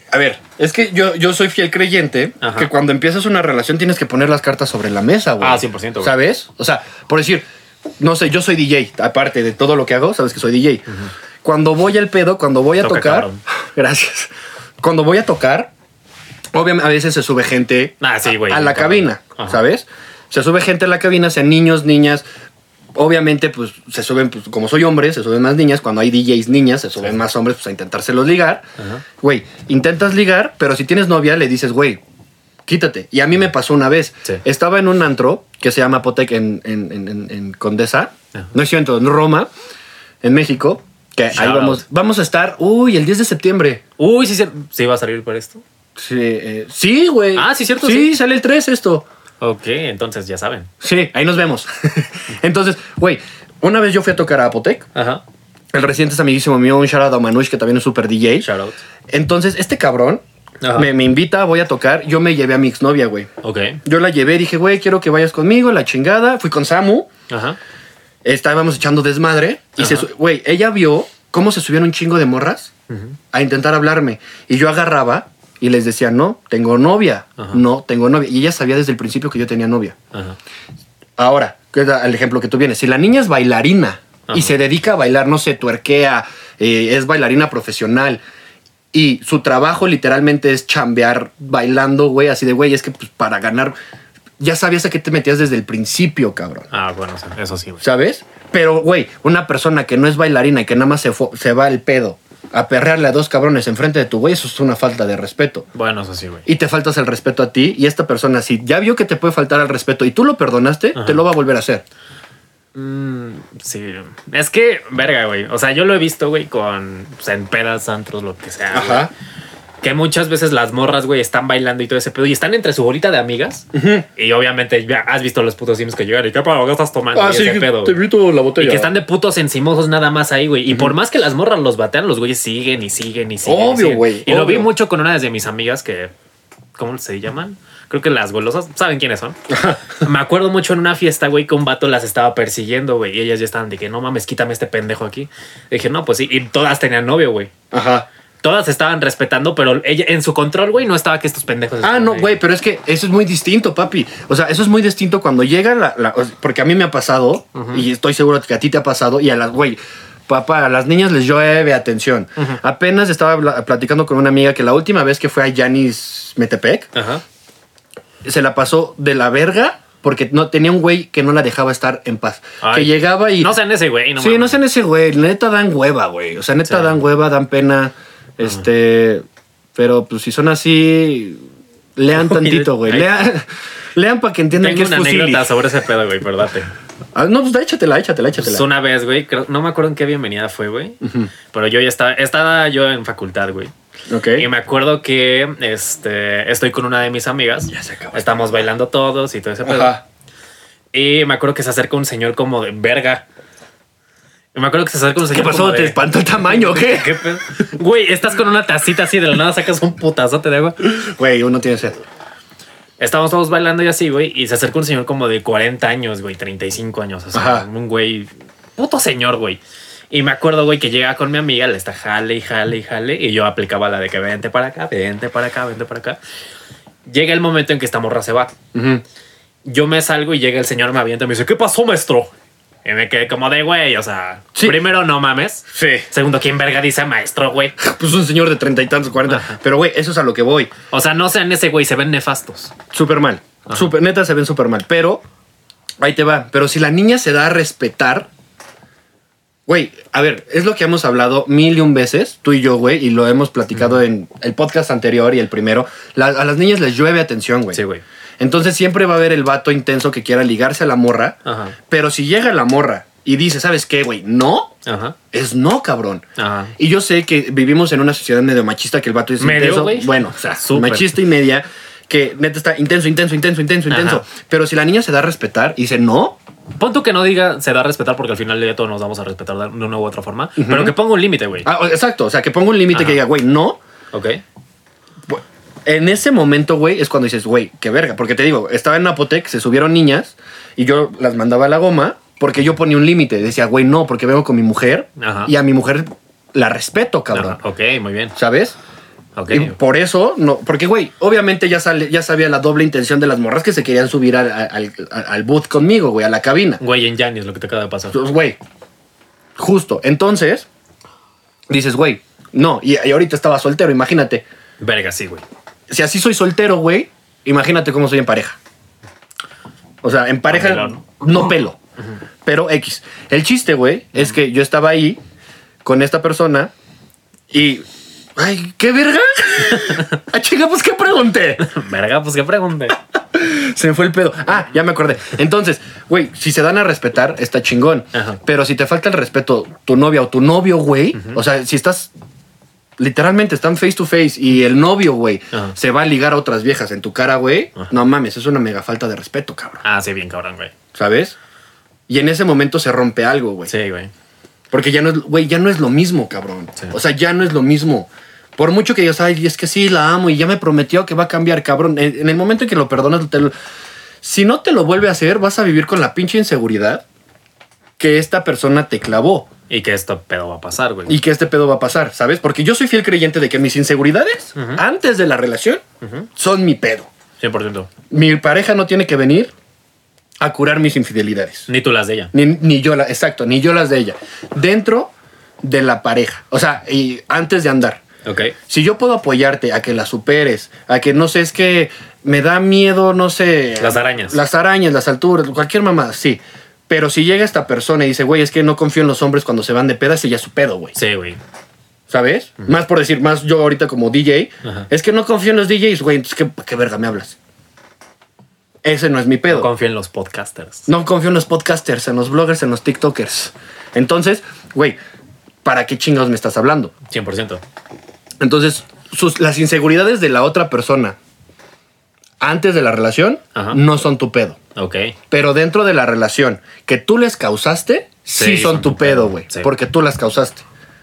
A ver, es que yo soy fiel creyente que cuando empiezas una relación tienes que poner las cartas sobre la mesa, güey. 100%, güey. ¿Sabes? O sea, por decir, no sé, yo soy DJ, aparte de todo lo que hago, sabes que soy DJ. Cuando voy al pedo, cuando voy a tocar... Gracias. Cuando voy a tocar, obviamente a veces se sube gente a la cabina, ¿sabes? Se sube gente a la cabina, sean niños, niñas... Obviamente, pues, se suben, pues, como soy hombre, se suben más niñas. Cuando hay DJs niñas, se suben más hombres, pues, a intentárselos ligar. Güey, intentas ligar, pero si tienes novia, le dices, güey, quítate. Y a mí me pasó una vez. Estaba en un antro que se llama Apotec en Condesa. No es cierto, en Roma, en México. Que ahí vamos a estar, el 10 de septiembre. ¿Sí va a salir por esto? Sí, güey. Sí, cierto. Sí, sale el 3 esto. Ok, entonces ya saben. Sí, ahí nos vemos. Entonces, güey, una vez yo fui a tocar a Apotec. El residente es amiguísimo mío, un shout out a Manush, que también es super DJ. Shout out. Entonces, este cabrón me invita, voy a tocar. Yo me llevé a mi exnovia, güey. Ok. Yo la llevé, dije, güey, quiero que vayas conmigo, la chingada. Fui con Samu. Estábamos echando desmadre. Y güey, ella vio cómo se subieron un chingo de morras a intentar hablarme. Y yo agarraba y les decía, no, tengo novia. No, tengo novia. Y ella sabía desde el principio que yo tenía novia. Ahora, el ejemplo que tú vienes. Si la niña es bailarina y se dedica a bailar, no sé, tuerquea, es bailarina profesional y su trabajo literalmente es chambear bailando, güey, así de, güey, es que pues, para ganar... Ya sabías a qué te metías desde el principio, cabrón. Bueno, eso sí, güey. ¿Sabes? Pero, güey, una persona que no es bailarina y que nada más se va al pedo a perrearle a dos cabrones enfrente de tu güey, eso es una falta de respeto. Bueno, eso sí, güey. Y te faltas el respeto a ti, y esta persona, si ya vio que te puede faltar el respeto y tú lo perdonaste, te lo va a volver a hacer. Sí. Es que, verga, güey. O sea, yo lo he visto, güey, en pedas, antros, lo que sea. Güey. Que muchas veces las morras, güey, están bailando y todo ese pedo. Y están entre su bolita de amigas. Y obviamente ya has visto los putos sims que llegan. ¿Y qué estás tomando? Sí, ese pedo, te invito la botella. Y que están de putos encimosos nada más ahí, güey. Y por más que las morras los batean, los güeyes siguen y siguen y siguen. Obvio, güey. Y lo vi mucho con una de mis amigas que... ¿Cómo se llaman? Creo que las golosas. ¿Saben quiénes son? Me acuerdo mucho en una fiesta, güey, que un vato las estaba persiguiendo, güey. Y ellas ya estaban de que, no mames, quítame este pendejo aquí. Y dije, no, pues sí. Y todas tenían novio, güey. Todas estaban respetando, pero ella en su control, güey, no estaba que estos pendejos... no, güey, pero es que eso es muy distinto, papi. O sea, eso es muy distinto cuando llega porque a mí me ha pasado, y estoy seguro que a ti te ha pasado, y a las, güey, papá, a las niñas les llueve atención. Apenas estaba platicando con una amiga que la última vez que fue a Yanis Metepec, se la pasó de la verga porque no tenía un güey que no la dejaba estar en paz. Que llegaba y... No sean ese güey, no. Sí, no sean ese güey. Neta dan hueva, güey. O sea, neta dan hueva, dan pena. Pero pues si son así, lean tantito, güey. Lean para que entiendan que es Tengo una Fusili. anécdota sobre ese pedo, güey, perdate. No, pues échatela. Pues una vez, güey, no me acuerdo en qué bienvenida fue, güey. Pero yo ya estaba yo en facultad, güey. Y me acuerdo que estoy con una de mis amigas. Ya se acabó. Estamos bailando todos y todo ese pedo. Y me acuerdo que se acerca un señor como de verga. Y me acuerdo que se acerca un señor. ¿Qué pasó? ¿Te espantó el tamaño o qué? ¿Qué pedo? Güey, estás con una tacita así de la nada, sacas un putazote de agua. Güey, uno tiene sed. Estábamos todos bailando y así, güey. Y se acerca un señor como de 40 años, güey, 35 años. O sea, un güey, puto señor, güey. Y me acuerdo, güey, que llega con mi amiga, le está jale y jale y jale. Y yo aplicaba la de que vente para acá, vente para acá, vente para acá. Llega el momento en que esta morra se va. Yo me salgo y llega el señor, me avienta y me dice, ¿qué pasó, maestro? Y me quedé como de, güey, o sea, primero no mames. Segundo, ¿quién verga dice maestro, güey? Pues un señor de 30 y tantos, 40. Pero, güey, eso es a lo que voy. O sea, no sean ese güey, se ven nefastos. Súper mal. Neta se ven súper mal. Pero, ahí te va. Pero si la niña se da a respetar... Güey, a ver, es lo que hemos hablado 1001 veces, tú y yo, güey, y lo hemos platicado en el podcast anterior y el primero. A las niñas les llueve atención, güey. Sí, güey. Entonces siempre va a haber el vato intenso que quiera ligarse a la morra. Pero si llega la morra y dice, ¿sabes qué, güey? No. Es no, cabrón. Y yo sé que vivimos en una sociedad medio machista que el vato es medio, intenso. Güey. Bueno, o sea, machista y media. Que neta está intenso. Pero si la niña se da a respetar y dice no... Pon tú que no diga se da a respetar porque al final de todos nos vamos a respetar de una u otra forma. Pero que ponga un límite, güey. Exacto. O sea, que ponga un límite que diga, güey, no. En ese momento, güey, es cuando dices, güey, qué verga. Porque te digo, estaba en una Apotec, se subieron niñas y yo las mandaba a la goma porque yo ponía un límite. Decía, güey, no, porque vengo con mi mujer y a mi mujer la respeto, cabrón. Ok, muy bien. ¿Sabes? Okay. Y por eso, no, porque, güey, obviamente ya sabía la doble intención de las morras que se querían subir al booth conmigo, güey, a la cabina. Güey, en Yanni es lo que te acaba de pasar. Pues, güey, justo. Entonces, dices, güey, no, y ahorita estaba soltero, imagínate. Verga, sí, güey. Si así soy soltero, güey, imagínate cómo soy en pareja. O sea, en pareja no pelo, pero X. El chiste, güey, es que yo estaba ahí con esta persona y... Ay, ¿qué verga? Ah, chinga, pues, ¿qué pregunté? Verga, pues, ¿qué pregunté? Se me fue el pedo. Ah, ya me acordé. Entonces, güey, si se dan a respetar, está chingón. Ajá. Pero si te falta el respeto tu novia o tu novio, güey, o sea, si estás... Literalmente están face to face y el novio, güey, se va a ligar a otras viejas en tu cara, güey. No mames, es una mega falta de respeto, cabrón. Ah, sí, bien cabrón, güey. ¿Sabes? Y en ese momento se rompe algo, güey. Sí, güey. Porque ya no es, güey, ya no es lo mismo, cabrón. Sí. O sea, ya no es lo mismo. Por mucho que digas, ay, es que sí, la amo y ya me prometió que va a cambiar, cabrón. En el momento en que lo perdonas, si no te lo vuelve a hacer, vas a vivir con la pinche inseguridad que esta persona te clavó. Y que este pedo va a pasar, güey. Y que este pedo va a pasar, ¿sabes? Porque yo soy fiel creyente de que mis inseguridades, antes de la relación, son mi pedo. 100%. Mi pareja no tiene que venir a curar mis infidelidades. Ni tú las de ella. Ni yo ni yo las de ella. Dentro de la pareja. O sea, y antes de andar. Okay. Si yo puedo apoyarte a que la superes, a que, no sé, es que me da miedo, no sé... Las arañas. Las arañas, las alturas, cualquier mamada, sí. Pero si llega esta persona y dice, güey, es que no confío en los hombres cuando se van de peda, ese ya es su pedo, güey. Sí, güey. ¿Sabes? Más por decir, más yo ahorita como DJ, es que no confío en los DJs, güey, entonces ¿qué verga me hablas? Ese no es mi pedo. No confío en los podcasters. No confío en los podcasters, en los bloggers, en los tiktokers. Entonces, güey, ¿para qué chingados me estás hablando? 100%. Entonces, las inseguridades de la otra persona antes de la relación no son tu pedo. Ok. Pero dentro de la relación que tú les causaste, sí son tu pedo, güey. Sí. Porque tú las causaste.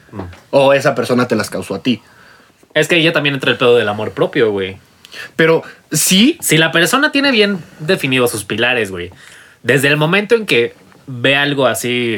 O esa persona te las causó a ti. Es que ella también entra el pedo del amor propio, güey. Pero sí. Si la persona tiene bien definidos sus pilares, güey. Desde el momento en que ve algo así,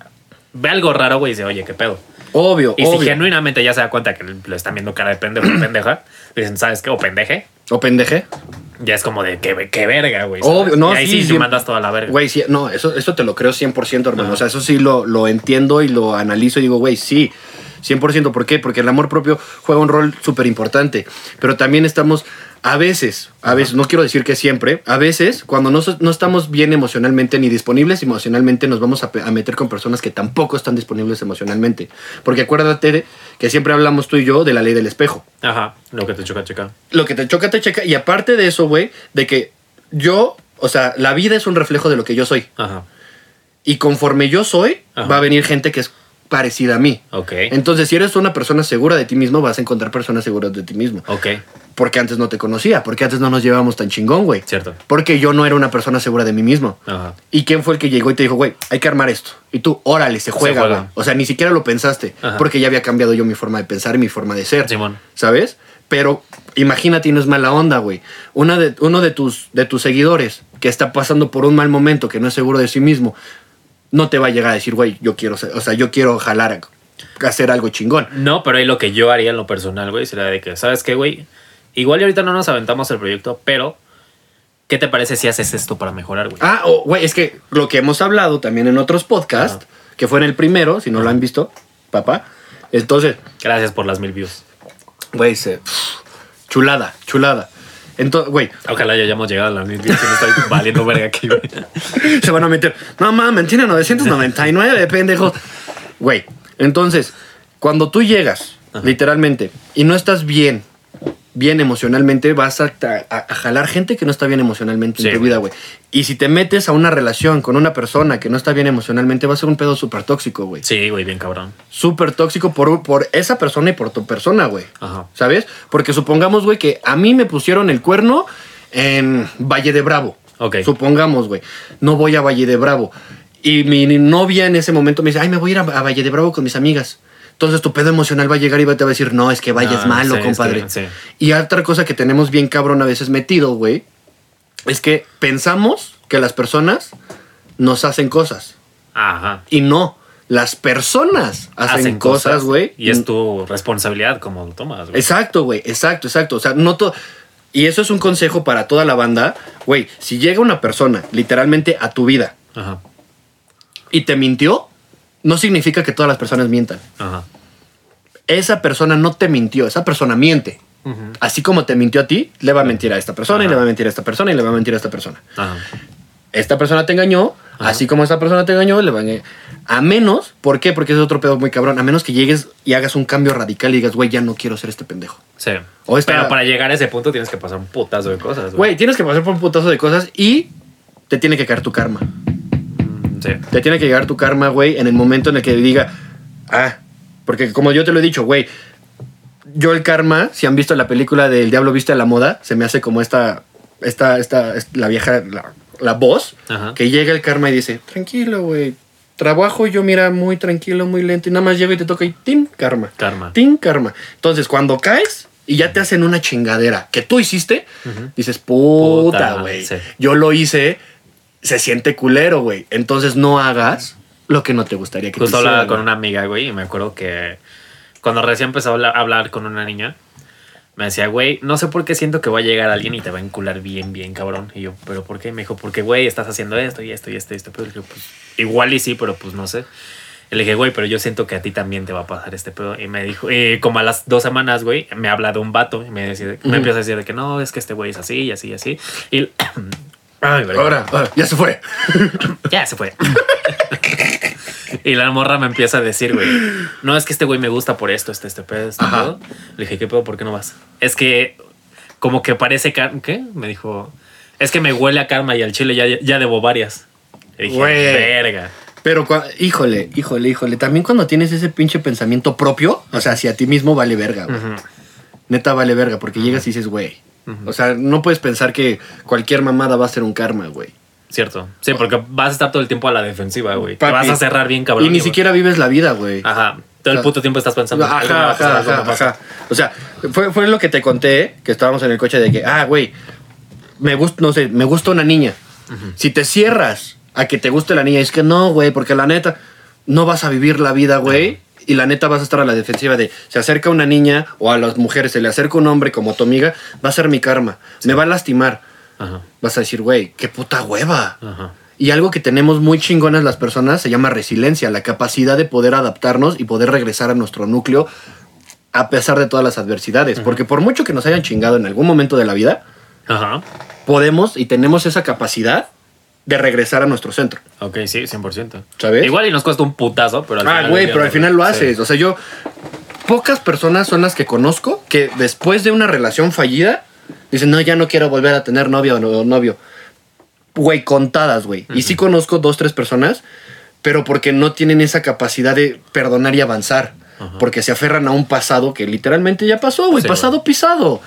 ve algo raro, güey, dice, oye, ¿qué pedo? Obvio, y si genuinamente ya se da cuenta que lo están viendo cara de pendejo o pendeja, dicen, ¿sabes qué? O pendeje. O pendeje. Ya es como de, qué verga, güey. Obvio, no, y ahí sí mandas toda la verga. Güey, sí, no, eso te lo creo 100%, hermano. O sea, eso sí lo entiendo y lo analizo y digo, güey, sí, 100%. ¿Por qué? Porque el amor propio juega un rol súper importante. Pero también estamos, a veces, no quiero decir que siempre, a veces, cuando no estamos bien emocionalmente ni disponibles emocionalmente, nos vamos a meter con personas que tampoco están disponibles emocionalmente. Porque acuérdate que siempre hablamos tú y yo de la ley del espejo. Ajá, lo que te choca, checa. Lo que te choca, te checa. Y aparte de eso, güey, de que yo, o sea, la vida es un reflejo de lo que yo soy. Ajá. Y conforme yo soy, va a venir gente que es parecida a mí. Ok. Entonces, si eres una persona segura de ti mismo, vas a encontrar personas seguras de ti mismo. Ok. Porque antes no te conocía, porque antes no nos llevábamos tan chingón, güey. Cierto. Porque yo no era una persona segura de mí mismo. Ajá. ¿Y quién fue el que llegó y te dijo, güey, hay que armar esto? Y tú, órale, se juega, güey. O sea, ni siquiera lo pensaste. Ajá. Porque ya había cambiado yo mi forma de pensar y mi forma de ser. Simón. ¿Sabes? Pero imagínate, y no es mala onda, güey. Uno de tus seguidores que está pasando por un mal momento, que no es seguro de sí mismo, no te va a llegar a decir, güey, yo quiero jalar hacer algo chingón. No, pero ahí lo que yo haría en lo personal, güey, sería de que, ¿sabes qué, güey? Igual y ahorita no nos aventamos el proyecto, pero ¿qué te parece si haces esto para mejorar, güey? Ah, güey, es que lo que hemos hablado también en otros podcasts, que fue en el primero, si no lo han visto, papá. Entonces... Gracias por las 1000 views. Güey, chulada. Entonces, güey. Ojalá ya hayamos llegado a las 1000 views y no estoy valiendo verga aquí, güey. Se van a meter. No mames, tiene 999, pendejos. Güey, entonces, cuando tú llegas, literalmente, y no estás bien emocionalmente, vas a jalar gente que no está bien emocionalmente en tu vida, güey. Y si te metes a una relación con una persona que no está bien emocionalmente, va a ser un pedo súper tóxico, güey. Sí, güey, bien cabrón. Súper tóxico por esa persona y por tu persona, güey. Ajá. ¿Sabes? Porque supongamos, güey, que a mí me pusieron el cuerno en Valle de Bravo. Ok. Supongamos, güey. No voy a Valle de Bravo. Y mi novia en ese momento me dice, ay, me voy a ir a Valle de Bravo con mis amigas. Entonces tu pedo emocional va a llegar y te va a decir, no, es que Valle es malo, compadre. Es que, sí. Y otra cosa que tenemos bien cabrón a veces metido, güey, es que pensamos que las personas nos hacen cosas. Ajá. Y no. Las personas hacen cosas, güey. Y es tu responsabilidad como lo tomas, güey. Exacto, güey. Exacto. O sea, no todo... Y eso es un consejo para toda la banda. Güey, si llega una persona literalmente a tu vida Ajá. y te mintió, no significa que todas las personas mientan. Ajá. Esa persona no te mintió, esa persona miente. Uh-huh. Así como te mintió a ti, le va a mentir a esta persona, y le va a mentir a esta persona, y le va a mentir a esta persona. Ajá. Esta persona te engañó, ajá, así como esta persona te engañó, le van a menos, ¿por qué? Porque es otro pedo muy cabrón. A menos que llegues y hagas un cambio radical y digas, güey, ya no quiero ser este pendejo. Sí. Pero para llegar a ese punto tienes que pasar un putazo de cosas. Güey, tienes que pasar por un putazo de cosas y te tiene que caer tu karma. Sí. Te tiene que llegar tu karma, güey, en el momento en el que diga, porque como yo te lo he dicho, güey, yo el karma, si han visto la película del Diablo Viste a la Moda, se me hace como la vieja, la voz, ajá, que llega el karma y dice, tranquilo, güey, trabajo yo, mira, muy tranquilo, muy lento, y nada más llego y te toca y ¡tin! Karma. ¡Tin! Karma. Entonces, cuando caes y ya te hacen una chingadera que tú hiciste, uh-huh, dices, puta, güey, sí, yo lo hice, se siente culero, güey. Entonces no hagas lo que no te gustaría que te hicieran. Justo hablaba con una amiga, güey, y me acuerdo que cuando recién empezó a hablar con una niña, me decía, güey, no sé por qué siento que va a llegar alguien y te va a encular bien, bien, cabrón. Y yo, ¿pero por qué? Me dijo, porque, güey, estás haciendo esto y esto y esto y esto. Pero le dije, pues, igual y sí, pero pues no sé. Y le dije, güey, pero yo siento que a ti también te va a pasar este pedo. Y me dijo, como a las 2 semanas, güey, me habla de un vato y me empieza a decir de que no, es que este güey es así y así y así. Y... Ay, ahora, ya se fue. Ya se fue. Y la morra me empieza a decir, güey, no, es que este güey me gusta por esto, este pedo. Le dije, ¿qué pedo? ¿Por qué no vas? Es que como que parece... ¿Qué? Me dijo, es que me huele a karma y al chile ya debo varias. Le dije, güey, verga. Pero, híjole. También cuando tienes ese pinche pensamiento propio, o sea, hacia ti mismo vale verga, güey. Uh-huh. Neta vale verga, porque llegas y dices, güey. Uh-huh. O sea, no puedes pensar que cualquier mamada va a ser un karma, güey. Cierto. Sí, porque vas a estar todo el tiempo a la defensiva, güey. Te vas a cerrar bien, cabrón. Y ni siquiera vives la vida, güey. Ajá. Todo el puto tiempo estás pensando. Ajá. O sea, fue lo que te conté, que estábamos en el coche de que, güey, me gusta una niña. Uh-huh. Si te cierras a que te guste la niña, es que no, güey, porque la neta, no vas a vivir la vida, güey. Uh-huh. Y la neta vas a estar a la defensiva de, se acerca una niña o a las mujeres, se le acerca un hombre como tu amiga, va a ser mi karma. Sí. Me va a lastimar. Ajá. Vas a decir, güey, qué puta hueva. Ajá. Y algo que tenemos muy chingonas las personas se llama resiliencia, la capacidad de poder adaptarnos y poder regresar a nuestro núcleo a pesar de todas las adversidades. Ajá. Porque por mucho que nos hayan chingado en algún momento de la vida, ajá, podemos y tenemos esa capacidad de regresar a nuestro centro. Ok, sí, 100%. ¿Sabes? Igual y nos cuesta un putazo, pero al final... güey, pero al final lo haces. Sí. O sea, pocas personas son las que conozco que después de una relación fallida dicen, no, ya no quiero volver a tener novia o novio. Güey, contadas, güey. Uh-huh. Y sí conozco 2, 3 personas, pero porque no tienen esa capacidad de perdonar y avanzar. Uh-huh. Porque se aferran a un pasado que literalmente ya pasó, güey. Sí, pasado pisado.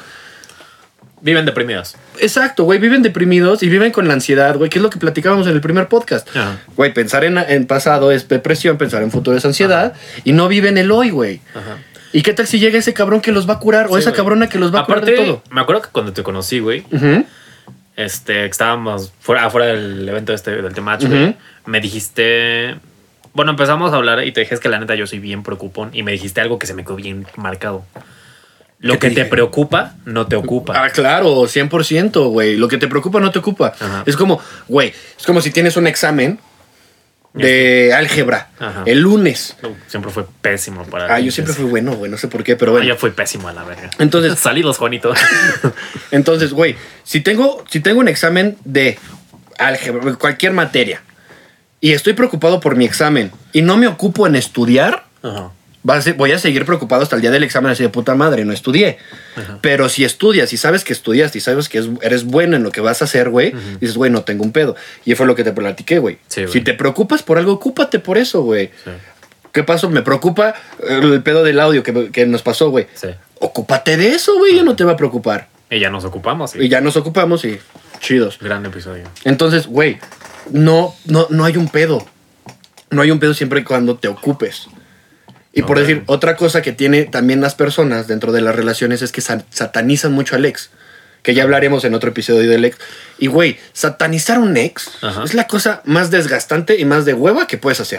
Viven deprimidos. Exacto, güey. Viven deprimidos y viven con la ansiedad, güey. Que es lo que platicábamos en el primer podcast. Uh-huh. Güey, pensar en pasado es depresión, pensar en futuro es ansiedad. Uh-huh. Y no viven el hoy, güey. Uh-huh. ¿Y qué tal si llega ese cabrón que los va a curar? O esa cabrona que los va a curar de todo. Me acuerdo que cuando te conocí, güey, uh-huh, estábamos afuera del evento del Temach, uh-huh, güey, me dijiste... Bueno, empezamos a hablar y te dije, es que la neta yo soy bien preocupón. Y me dijiste algo que se me quedó bien marcado. Lo que te preocupa, no te ocupa. Claro, 100%, güey. Lo que te preocupa, no te ocupa. Uh-huh. Es como, güey, es como si tienes un examen de álgebra, ajá, el lunes. Siempre fue pésimo para... yo siempre fui bueno, güey, no sé por qué, pero bueno. Yo fui pésimo a la verga. Entonces... Salidos, Juanito. Entonces, güey, si tengo un examen de álgebra, cualquier materia, y estoy preocupado por mi examen, y no me ocupo en estudiar, ajá, voy a seguir preocupado hasta el día del examen, así de puta madre, no estudié. Ajá. Pero si estudias y sabes que estudiaste y sabes que eres bueno en lo que vas a hacer, güey, uh-huh, dices, güey, no tengo un pedo. Y fue lo que te platiqué, güey. Sí, si te preocupas por algo, ocúpate por eso, güey. Sí. ¿Qué pasó? Me preocupa el pedo del audio que nos pasó, güey. Sí. Ocúpate de eso, güey, ya no te va a preocupar. Y ya nos ocupamos. Sí. Y ya nos ocupamos y chidos. Gran episodio. Entonces, güey, no hay un pedo. No hay un pedo siempre y cuando te ocupes. Y por decir, otra cosa que tiene también las personas dentro de las relaciones es que satanizan mucho al ex. Que ya hablaremos en otro episodio del ex. Y güey, satanizar a un ex, ajá, es la cosa más desgastante y más de hueva que puedes hacer.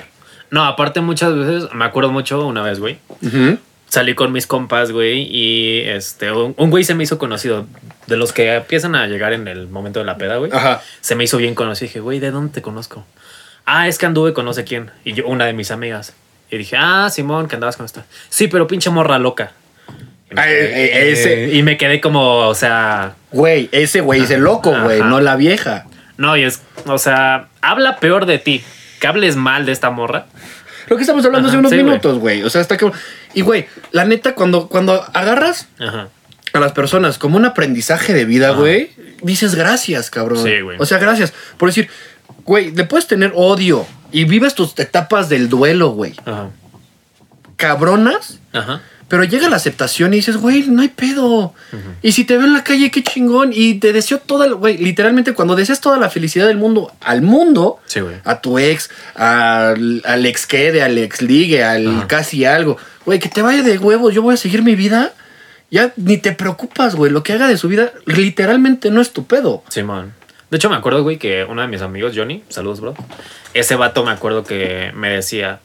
No, aparte muchas veces, me acuerdo mucho una vez, güey. Salí con mis compas, güey, y un güey se me hizo conocido. De los que empiezan a llegar en el momento de la peda, güey. Ajá. Se me hizo bien conocido. Dije, güey, ¿de dónde te conozco? Ah, es que anduve con no sé quién. Y yo, una de mis amigas. Y dije, Simón, que andabas con esta. Sí, pero pinche morra loca. Y me quedé como, o sea... Güey, ese güey es el loco, güey, no la vieja. No, y es, o sea, habla peor de ti. Que hables mal de esta morra. Lo que estamos hablando hace unos minutos, güey. O sea, hasta que... Y, güey, la neta, cuando agarras a las personas como un aprendizaje de vida, güey, dices gracias, cabrón. Sí, güey. O sea, gracias. Por decir, güey, le puedes tener odio y vives tus etapas del duelo, güey. Cabronas. Pero llega la aceptación y dices, güey, no hay pedo. Y si te veo en la calle, qué chingón. Y te deseo toda, güey, literalmente cuando deseas toda la felicidad del mundo al mundo, sí, güey. A tu ex, al ex quede, al ex ligue, al casi algo. Güey, que te vaya de huevos, yo voy a seguir mi vida. Ya ni te preocupas, güey. Lo que haga de su vida literalmente no es tu pedo. Sí, man. De hecho, me acuerdo, güey, que uno de mis amigos, Johnny, saludos, bro. Ese vato me acuerdo que me decía,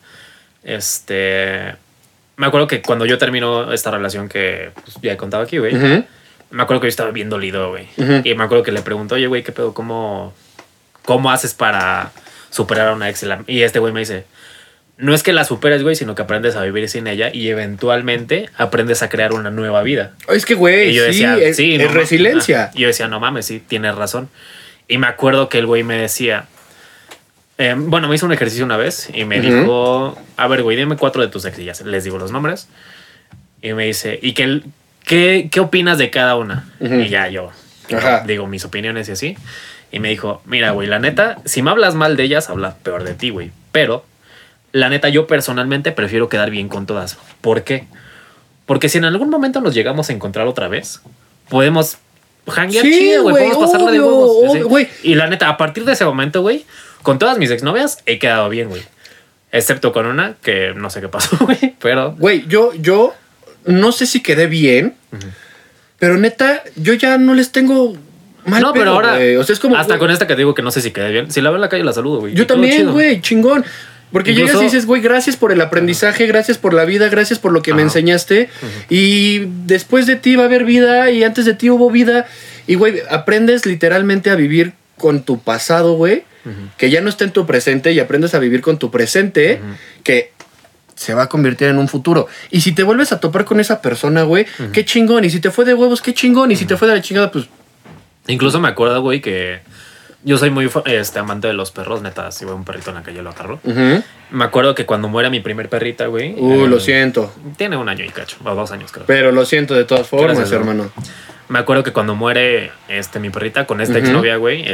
me acuerdo que cuando yo termino esta relación que pues, ya he contado aquí, güey, me acuerdo que yo estaba bien dolido, güey. Y me acuerdo que le pregunto, oye, güey, ¿qué pedo? ¿Cómo haces para superar a una ex? Y este güey me dice, no es que la superes, güey, sino que aprendes a vivir sin ella y eventualmente aprendes a crear una nueva vida. Es que, güey, y yo decía, sí, es resiliencia. Y yo decía, no mames, sí, tienes razón. Y me acuerdo que el güey me decía... bueno, me hizo un ejercicio una vez y me dijo, a ver, güey, dime 4 de tus ex. Y ya les digo los nombres. Y me dice, ¿y qué opinas de cada una? Y ya yo digo mis opiniones y así. Y me dijo, mira, güey, la neta, si me hablas mal de ellas, hablas peor de ti, güey. Pero, la neta, yo personalmente prefiero quedar bien con todas. ¿Por qué? Porque si en algún momento nos llegamos a encontrar otra vez, podemos janguear chido, güey. Podemos pasarla de huevos. Güey. Y la neta, a partir de ese momento, güey, con todas mis exnovias he quedado bien, güey. Excepto con una que no sé qué pasó, güey. Pero... Güey, yo no sé si quedé bien, pero neta, yo ya no les tengo mal no, pero ahora... güey. O sea, es como... Hasta con esta que te digo que no sé si quedé bien. Si la veo en la calle la saludo, güey. Yo también, güey, chingón. Porque incluso, llegas y dices, güey, gracias por el aprendizaje, gracias por la vida, gracias por lo que me enseñaste. Y después de ti va a haber vida y antes de ti hubo vida. Y, güey, aprendes literalmente a vivir con tu pasado, güey. Que ya no está en tu presente y aprendes a vivir con tu presente que se va a convertir en un futuro. Y si te vuelves a topar con esa persona, güey, qué chingón. Y si te fue de huevos, qué chingón. Y si te fue de la chingada, pues... Incluso me acuerdo, güey, que yo soy muy amante de los perros, neta. Si veo un perrito en la calle lo agarro. Me acuerdo que cuando muera mi primer perrita, güey... lo siento. Tiene 1 año y cacho, o 2 años creo. Pero lo siento de todas formas, gracias, hermano. Me acuerdo que cuando muere mi perrita con esta exnovia, güey,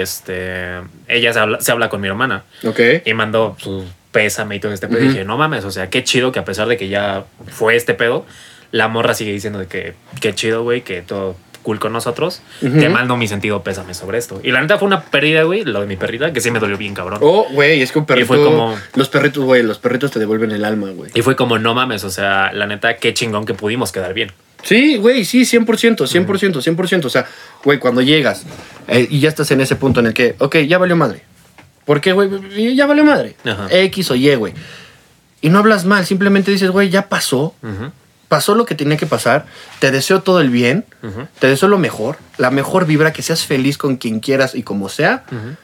ella se habla con mi hermana. Ok. Y mandó su pésame y todo este pedo. Y dije, no mames, o sea, qué chido que a pesar de que ya fue este pedo, la morra sigue diciendo de que qué chido, güey, que todo cool con nosotros. Te mando mi sentido pésame sobre esto. Y la neta fue una pérdida, güey, lo de mi perrita, que sí me dolió bien cabrón. Oh, güey, es que un perrito... Y fue como... Los perritos, güey, los perritos te devuelven el alma, güey. Y fue como, no mames, o sea, la neta, qué chingón que pudimos quedar bien. Sí, güey, sí, 100%. O sea, güey, cuando llegas y ya estás en ese punto en el que, ok, ya valió madre. ¿Por qué, güey? Ya valió madre. X o Y, güey. Y no hablas mal, simplemente dices, güey, ya pasó. Pasó lo que tenía que pasar. Te deseo todo el bien. Te deseo lo mejor. La mejor vibra, que seas feliz con quien quieras y como sea.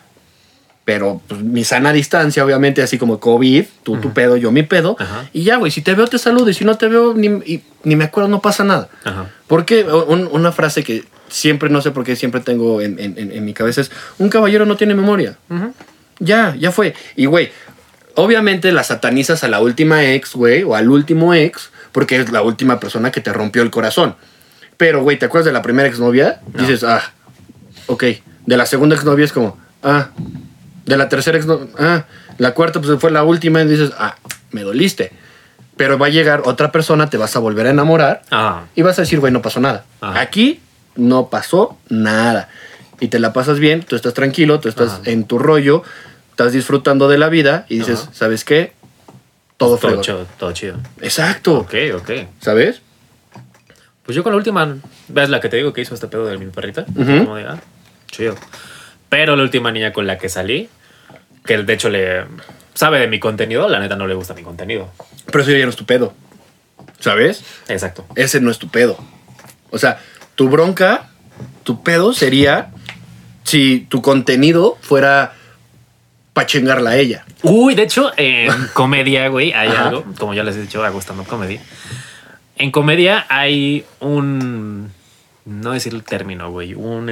Pero pues, mi sana distancia, obviamente, así como COVID, tú tu pedo, yo mi pedo. Y ya, güey, si te veo te saludo y si no te veo ni me acuerdo, no pasa nada. Porque una frase que siempre, no sé por qué, siempre tengo en mi cabeza es, un caballero no tiene memoria. Ya fue. Y, güey, obviamente la satanizas a la última ex, güey, o al último ex, porque es la última persona que te rompió el corazón. Pero, güey, ¿te acuerdas de la primera exnovia? No. Dices, ok. De la segunda exnovia es como, de la tercera la cuarta pues fue la última y dices, me doliste. Pero va a llegar otra persona, te vas a volver a enamorar y vas a decir, güey, no pasó nada. Aquí no pasó nada. Y te la pasas bien, tú estás tranquilo, tú estás en tu rollo, estás disfrutando de la vida y dices, ¿sabes qué? Todo fregón. Todo chido. Exacto. Ok. ¿Sabes? Pues yo con la última, ¿ves la que te digo que hizo este pedo de mi perrita? Como de, chido. Pero la última niña con la que salí, que de hecho sabe de mi contenido, la neta no le gusta mi contenido. Pero eso ya no es tu pedo, ¿sabes? Exacto. Ese no es tu pedo. O sea, tu bronca, tu pedo sería si tu contenido fuera para chingarla a ella. Uy, de hecho, en comedia, güey, hay algo, como ya les he dicho, hago stand-up comedy. En comedia hay un... No decir el término, güey. Un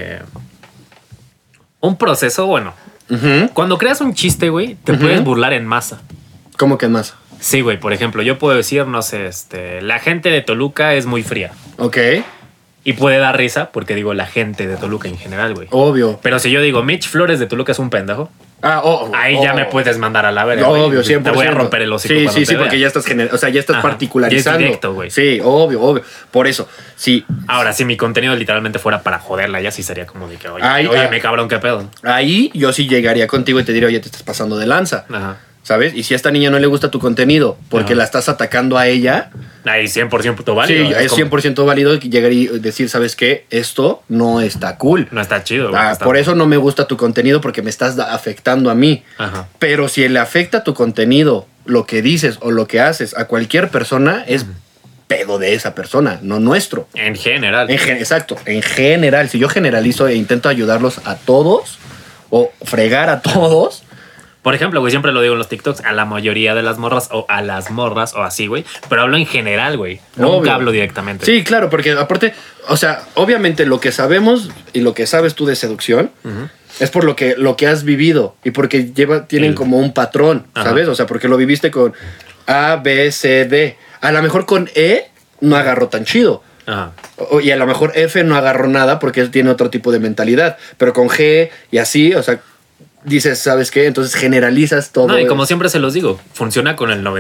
proceso, bueno. Cuando creas un chiste, güey, te puedes burlar en masa. ¿Cómo que más? Sí, güey. Por ejemplo, yo puedo decir, no sé, la gente de Toluca es muy fría. Ok. Y puede dar risa porque digo la gente de Toluca en general, güey. Obvio. Pero si yo digo Mitch Flores de Toluca es un pendejo, ahí ya me puedes mandar a la verga. Obvio, 100%. Te voy a romper el hocico. Sí, porque ya estás particularizando. Ya es directo, güey. Sí, obvio. Por eso, sí. Ahora, si mi contenido literalmente fuera para joderla, ya sí sería como de que, oye, me cabrón, qué pedo. Ahí yo sí llegaría contigo y te diría, oye, te estás pasando de lanza. Ajá. ¿Sabes? Y si a esta niña no le gusta tu contenido porque la estás atacando a ella... Ahí 100% válido. Sí, es 100% válido llegar y decir, ¿sabes qué? Esto no está cool. No está chido. Güey, por eso no me gusta tu contenido porque me estás afectando a mí. Ajá. Pero si le afecta tu contenido, lo que dices o lo que haces a cualquier persona, es pedo de esa persona, no nuestro. En general. Exacto, en general. Si yo generalizo e intento ayudarlos a todos o fregar a todos... Por ejemplo, güey, siempre lo digo en los TikToks, a la mayoría de las morras o a las morras o así, güey. Pero hablo en general, güey. Nunca hablo directamente. Sí, claro, porque aparte, o sea, obviamente lo que sabemos y lo que sabes tú de seducción es por lo que has vivido y porque tienen como un patrón, ¿sabes? O sea, porque lo viviste con A, B, C, D. A lo mejor con E no agarró tan chido. Ajá. Y a lo mejor F no agarró nada porque él tiene otro tipo de mentalidad. Pero con G y así, o sea... Dices, ¿sabes qué? Entonces generalizas todo. No, y como siempre se los digo, funciona con el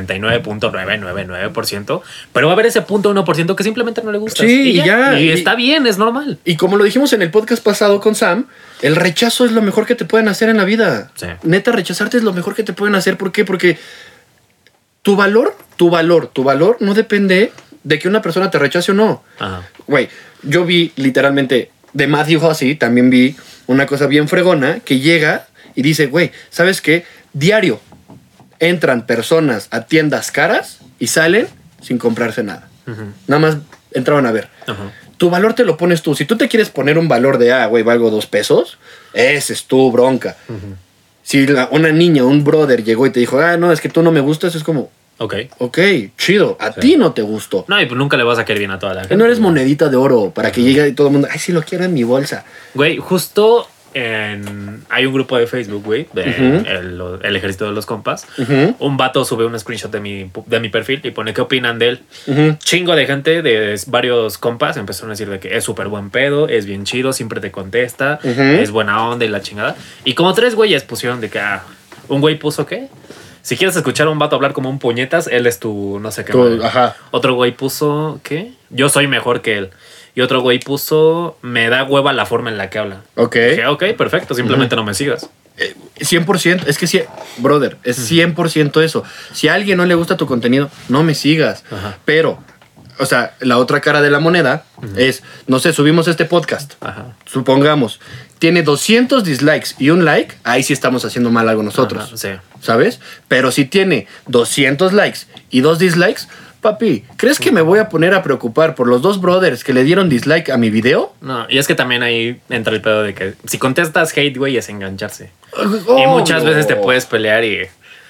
99.999%, pero va a haber ese 0.1% que simplemente no le gusta. Sí, y ya. Y está bien, es normal. Y como lo dijimos en el podcast pasado con Sam, el rechazo es lo mejor que te pueden hacer en la vida. Sí. Neta, rechazarte es lo mejor que te pueden hacer. ¿Por qué? Porque tu valor no depende de que una persona te rechace o no. Ajá. Güey, yo vi literalmente de Matthew Hussey, también vi una cosa bien fregona que llega... Y dice, güey, ¿sabes qué? Diario entran personas a tiendas caras y salen sin comprarse nada. Nada más entraban a ver. Tu valor te lo pones tú. Si tú te quieres poner un valor de, güey, valgo $2, ese es tu bronca. Si una niña, un brother llegó y te dijo, no, es que tú no me gustas, es como... Ok, chido. A ti no te gustó. No, y pues nunca le vas a caer bien a toda la gente. No eres monedita de oro para que llegue y todo el mundo, sí lo quiero en mi bolsa. Güey, justo... hay un grupo de Facebook, güey, el ejército de los compas. Un vato sube un screenshot de mi perfil y pone qué opinan de él. Chingo de gente de varios compas empezaron a decir de que es súper buen pedo, es bien chido, siempre te contesta, es buena onda y la chingada. Y como 3 güeyes pusieron de que un güey puso ¿qué? Si quieres escuchar a un vato hablar como un puñetas, él es tu no sé qué. Otro güey puso ¿qué? Yo soy mejor que él. Y otro güey puso, me da hueva la forma en la que habla. Dije, ok, perfecto, simplemente no me sigas. 100%, es que sí, brother, es 100% eso. Si a alguien no le gusta tu contenido, no me sigas. Pero, o sea, la otra cara de la moneda es, no sé, subimos este podcast, supongamos, tiene 200 dislikes y un like, ahí sí estamos haciendo mal algo nosotros. Sí. ¿Sabes? Pero si tiene 200 likes y 2 dislikes... Papi, ¿crees que me voy a poner a preocupar por los 2 brothers que le dieron dislike a mi video? No, y es que también ahí entra el pedo de que si contestas hate, güey, es engancharse. Y muchas veces te puedes pelear y...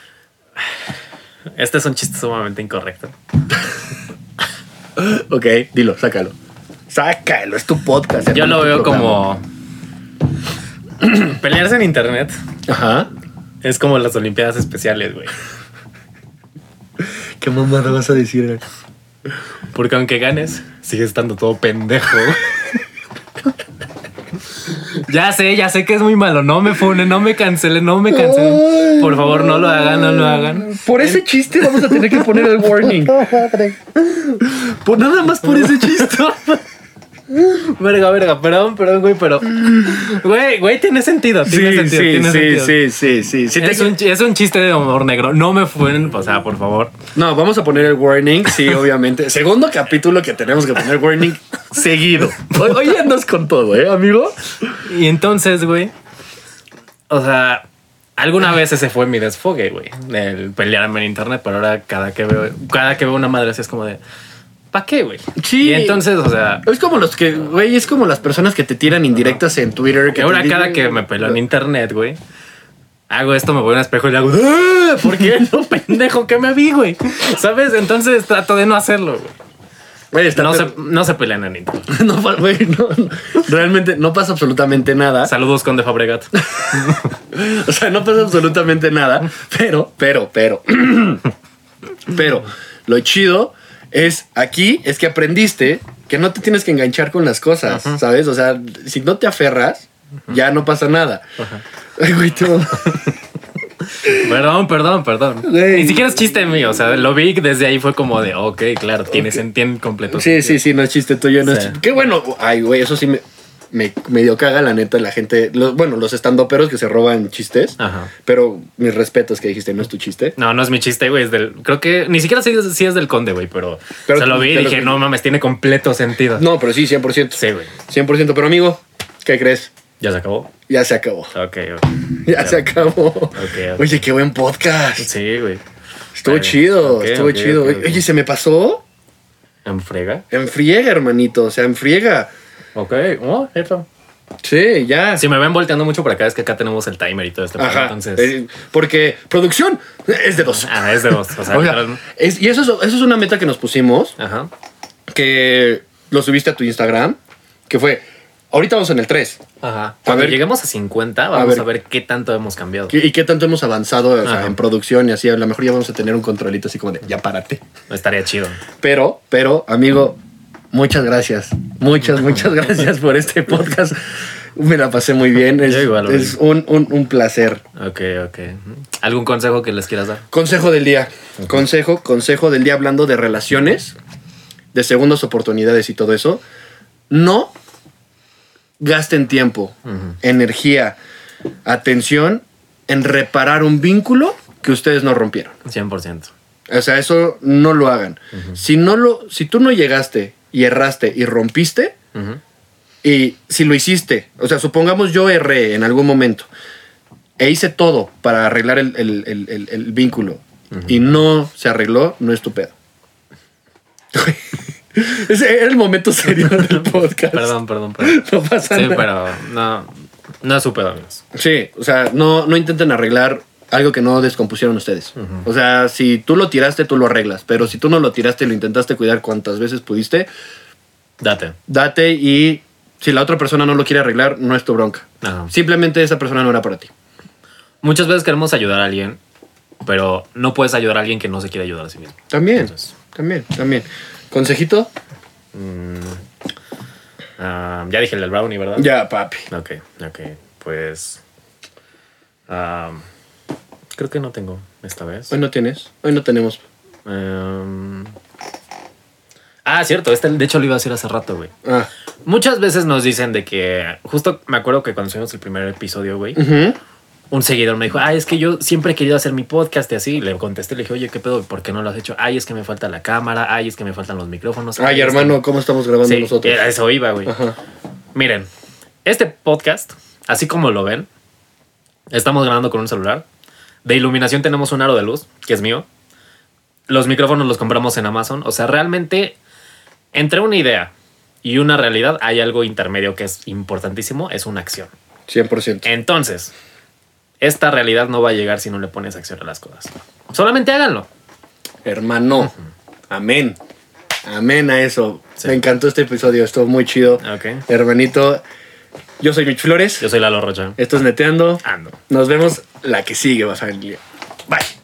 Este es un chiste sumamente incorrecto. Ok, dilo, sácalo. Sácalo, es tu podcast. Yo lo veo como... Pelearse en internet. Es como las Olimpiadas especiales, güey. ¿Qué mamada vas a decir? Porque aunque ganes, sigues estando todo pendejo. Ya sé que es muy malo. No me funen, no me cancelen. Por favor, no lo hagan. Por ese chiste vamos a tener que poner el warning. Nada más por ese chiste. Verga, perdón, güey, pero... Güey, tiene sentido. Sí. Es un chiste de humor negro. No me funen, o sea, por favor. No, vamos a poner el warning, sí, obviamente. Segundo capítulo que tenemos que poner warning seguido. Hoy andas con todo, amigo? Y entonces, güey, o sea, Alguna vez ese fue mi desfogue, güey. El pelearme en internet, pero ahora cada que veo una madre así es como de... ¿Para qué, güey? Sí. Y entonces, o sea... Es como los que, güey, es como las personas que te tiran indirectas en Twitter. Que ahora cada que me peleo en internet, güey, hago esto, me voy a un espejo y le hago... ¡Ah! ¿Por qué no, pendejo? ¿Qué me vi, güey? ¿Sabes? Entonces trato de no hacerlo, güey. Güey, no se pelean en internet. No, güey, no, realmente no pasa absolutamente nada. Saludos, Conde Fabregat. O sea, no pasa absolutamente nada. Pero, lo chido es aquí, es que aprendiste que no te tienes que enganchar con las cosas, ¿sabes? O sea, si no te aferras, ya no pasa nada. Ay, güey, Perdón. Güey. Ni siquiera es chiste mío. O sea, lo vi desde ahí fue como de, ok, claro, tiene completo. Sí, no es chiste tuyo, no es chiste. Qué bueno. Ay, güey, eso sí me dio caga, la neta, la gente. Los estandoperos que se roban chistes. Ajá. Pero mis respetos que dijiste, no es tu chiste. No es mi chiste, güey. Creo que ni siquiera sé si es del Conde, güey, pero se lo vi y dije, no mames, tiene completo sentido. No, pero sí, 100%. Sí, güey. 100%. Pero amigo, ¿qué crees? ¿Ya se acabó? Ya se acabó. Ok. Ya se acabó. Okay. Oye, qué buen podcast. Sí, güey. Estuvo chido, Ok. Oye, ¿se me pasó? ¿En frega? En friega, hermanito. O sea, en friega. Ok. Cierto. Sí, ya. Si me ven volteando mucho por acá, es que acá tenemos el timer y todo esto. Ajá. Entonces... porque producción es de 2. es de 2. O sea, y eso es una meta que nos pusimos. Ajá. Que lo subiste a tu Instagram. Que fue... Ahorita vamos en el 3. Ajá. Cuando lleguemos a 50, vamos a ver qué tanto hemos cambiado. Y qué tanto hemos avanzado, o sea, en producción y así. A lo mejor ya vamos a tener un controlito así como de, ya párate. Estaría chido. Pero, amigo, muchas gracias. Muchas gracias por este podcast. Me la pasé muy bien. Es un placer. Ok. ¿Algún consejo que les quieras dar? Consejo del día. Consejo del día hablando de relaciones, de segundas oportunidades y todo eso. No gasten tiempo, energía, atención en reparar un vínculo que ustedes no rompieron. 100%. O sea, eso no lo hagan. Si tú no llegaste y erraste y rompiste, y si lo hiciste, o sea, supongamos yo erré en algún momento e hice todo para arreglar el vínculo y no se arregló, no es tu pedo. Ese era el momento serio del podcast. Perdón. No pasa nada. Sí, pero no es su pedo, amigos. Sí, o sea, no intenten arreglar algo que no descompusieron ustedes. O sea, si tú lo tiraste, tú lo arreglas. Pero si tú no lo tiraste y lo intentaste cuidar cuantas veces pudiste, date, y si la otra persona no lo quiere arreglar, no es tu bronca. Ajá. Simplemente esa persona no era para ti. Muchas veces queremos ayudar a alguien, pero no puedes ayudar a alguien que no se quiere ayudar a sí mismo. También. Entonces, También. ¿Consejito? Ya dije el del brownie, ¿verdad? Ya, papi. Ok. Pues... creo que no tengo esta vez. Hoy no tienes. Hoy no tenemos. Cierto. De hecho, lo iba a decir hace rato, güey. Muchas veces nos dicen de que... Justo me acuerdo que cuando subimos el primer episodio, güey, un seguidor me dijo, es que yo siempre he querido hacer mi podcast y así. Le contesté, le dije, oye, ¿qué pedo? ¿Por qué no lo has hecho? Es que me falta la cámara. Es que me faltan los micrófonos. Hermano, ¿cómo estamos grabando nosotros? A eso iba, güey. Miren, este podcast, así como lo ven, estamos grabando con un celular. De iluminación tenemos un aro de luz, que es mío. Los micrófonos los compramos en Amazon. O sea, realmente, entre una idea y una realidad, hay algo intermedio que es importantísimo. Es una acción. 100%. Entonces... esta realidad no va a llegar si no le pones acción a las cosas. Solamente háganlo. Hermano, amén. Amén a eso. Sí. Me encantó este episodio, estuvo muy chido. Ok. Hermanito, yo soy Mitch Flores. Yo soy Lalo Rocha. Esto es Neteando. Ando. Nos vemos la que sigue, vas a ver. Bye.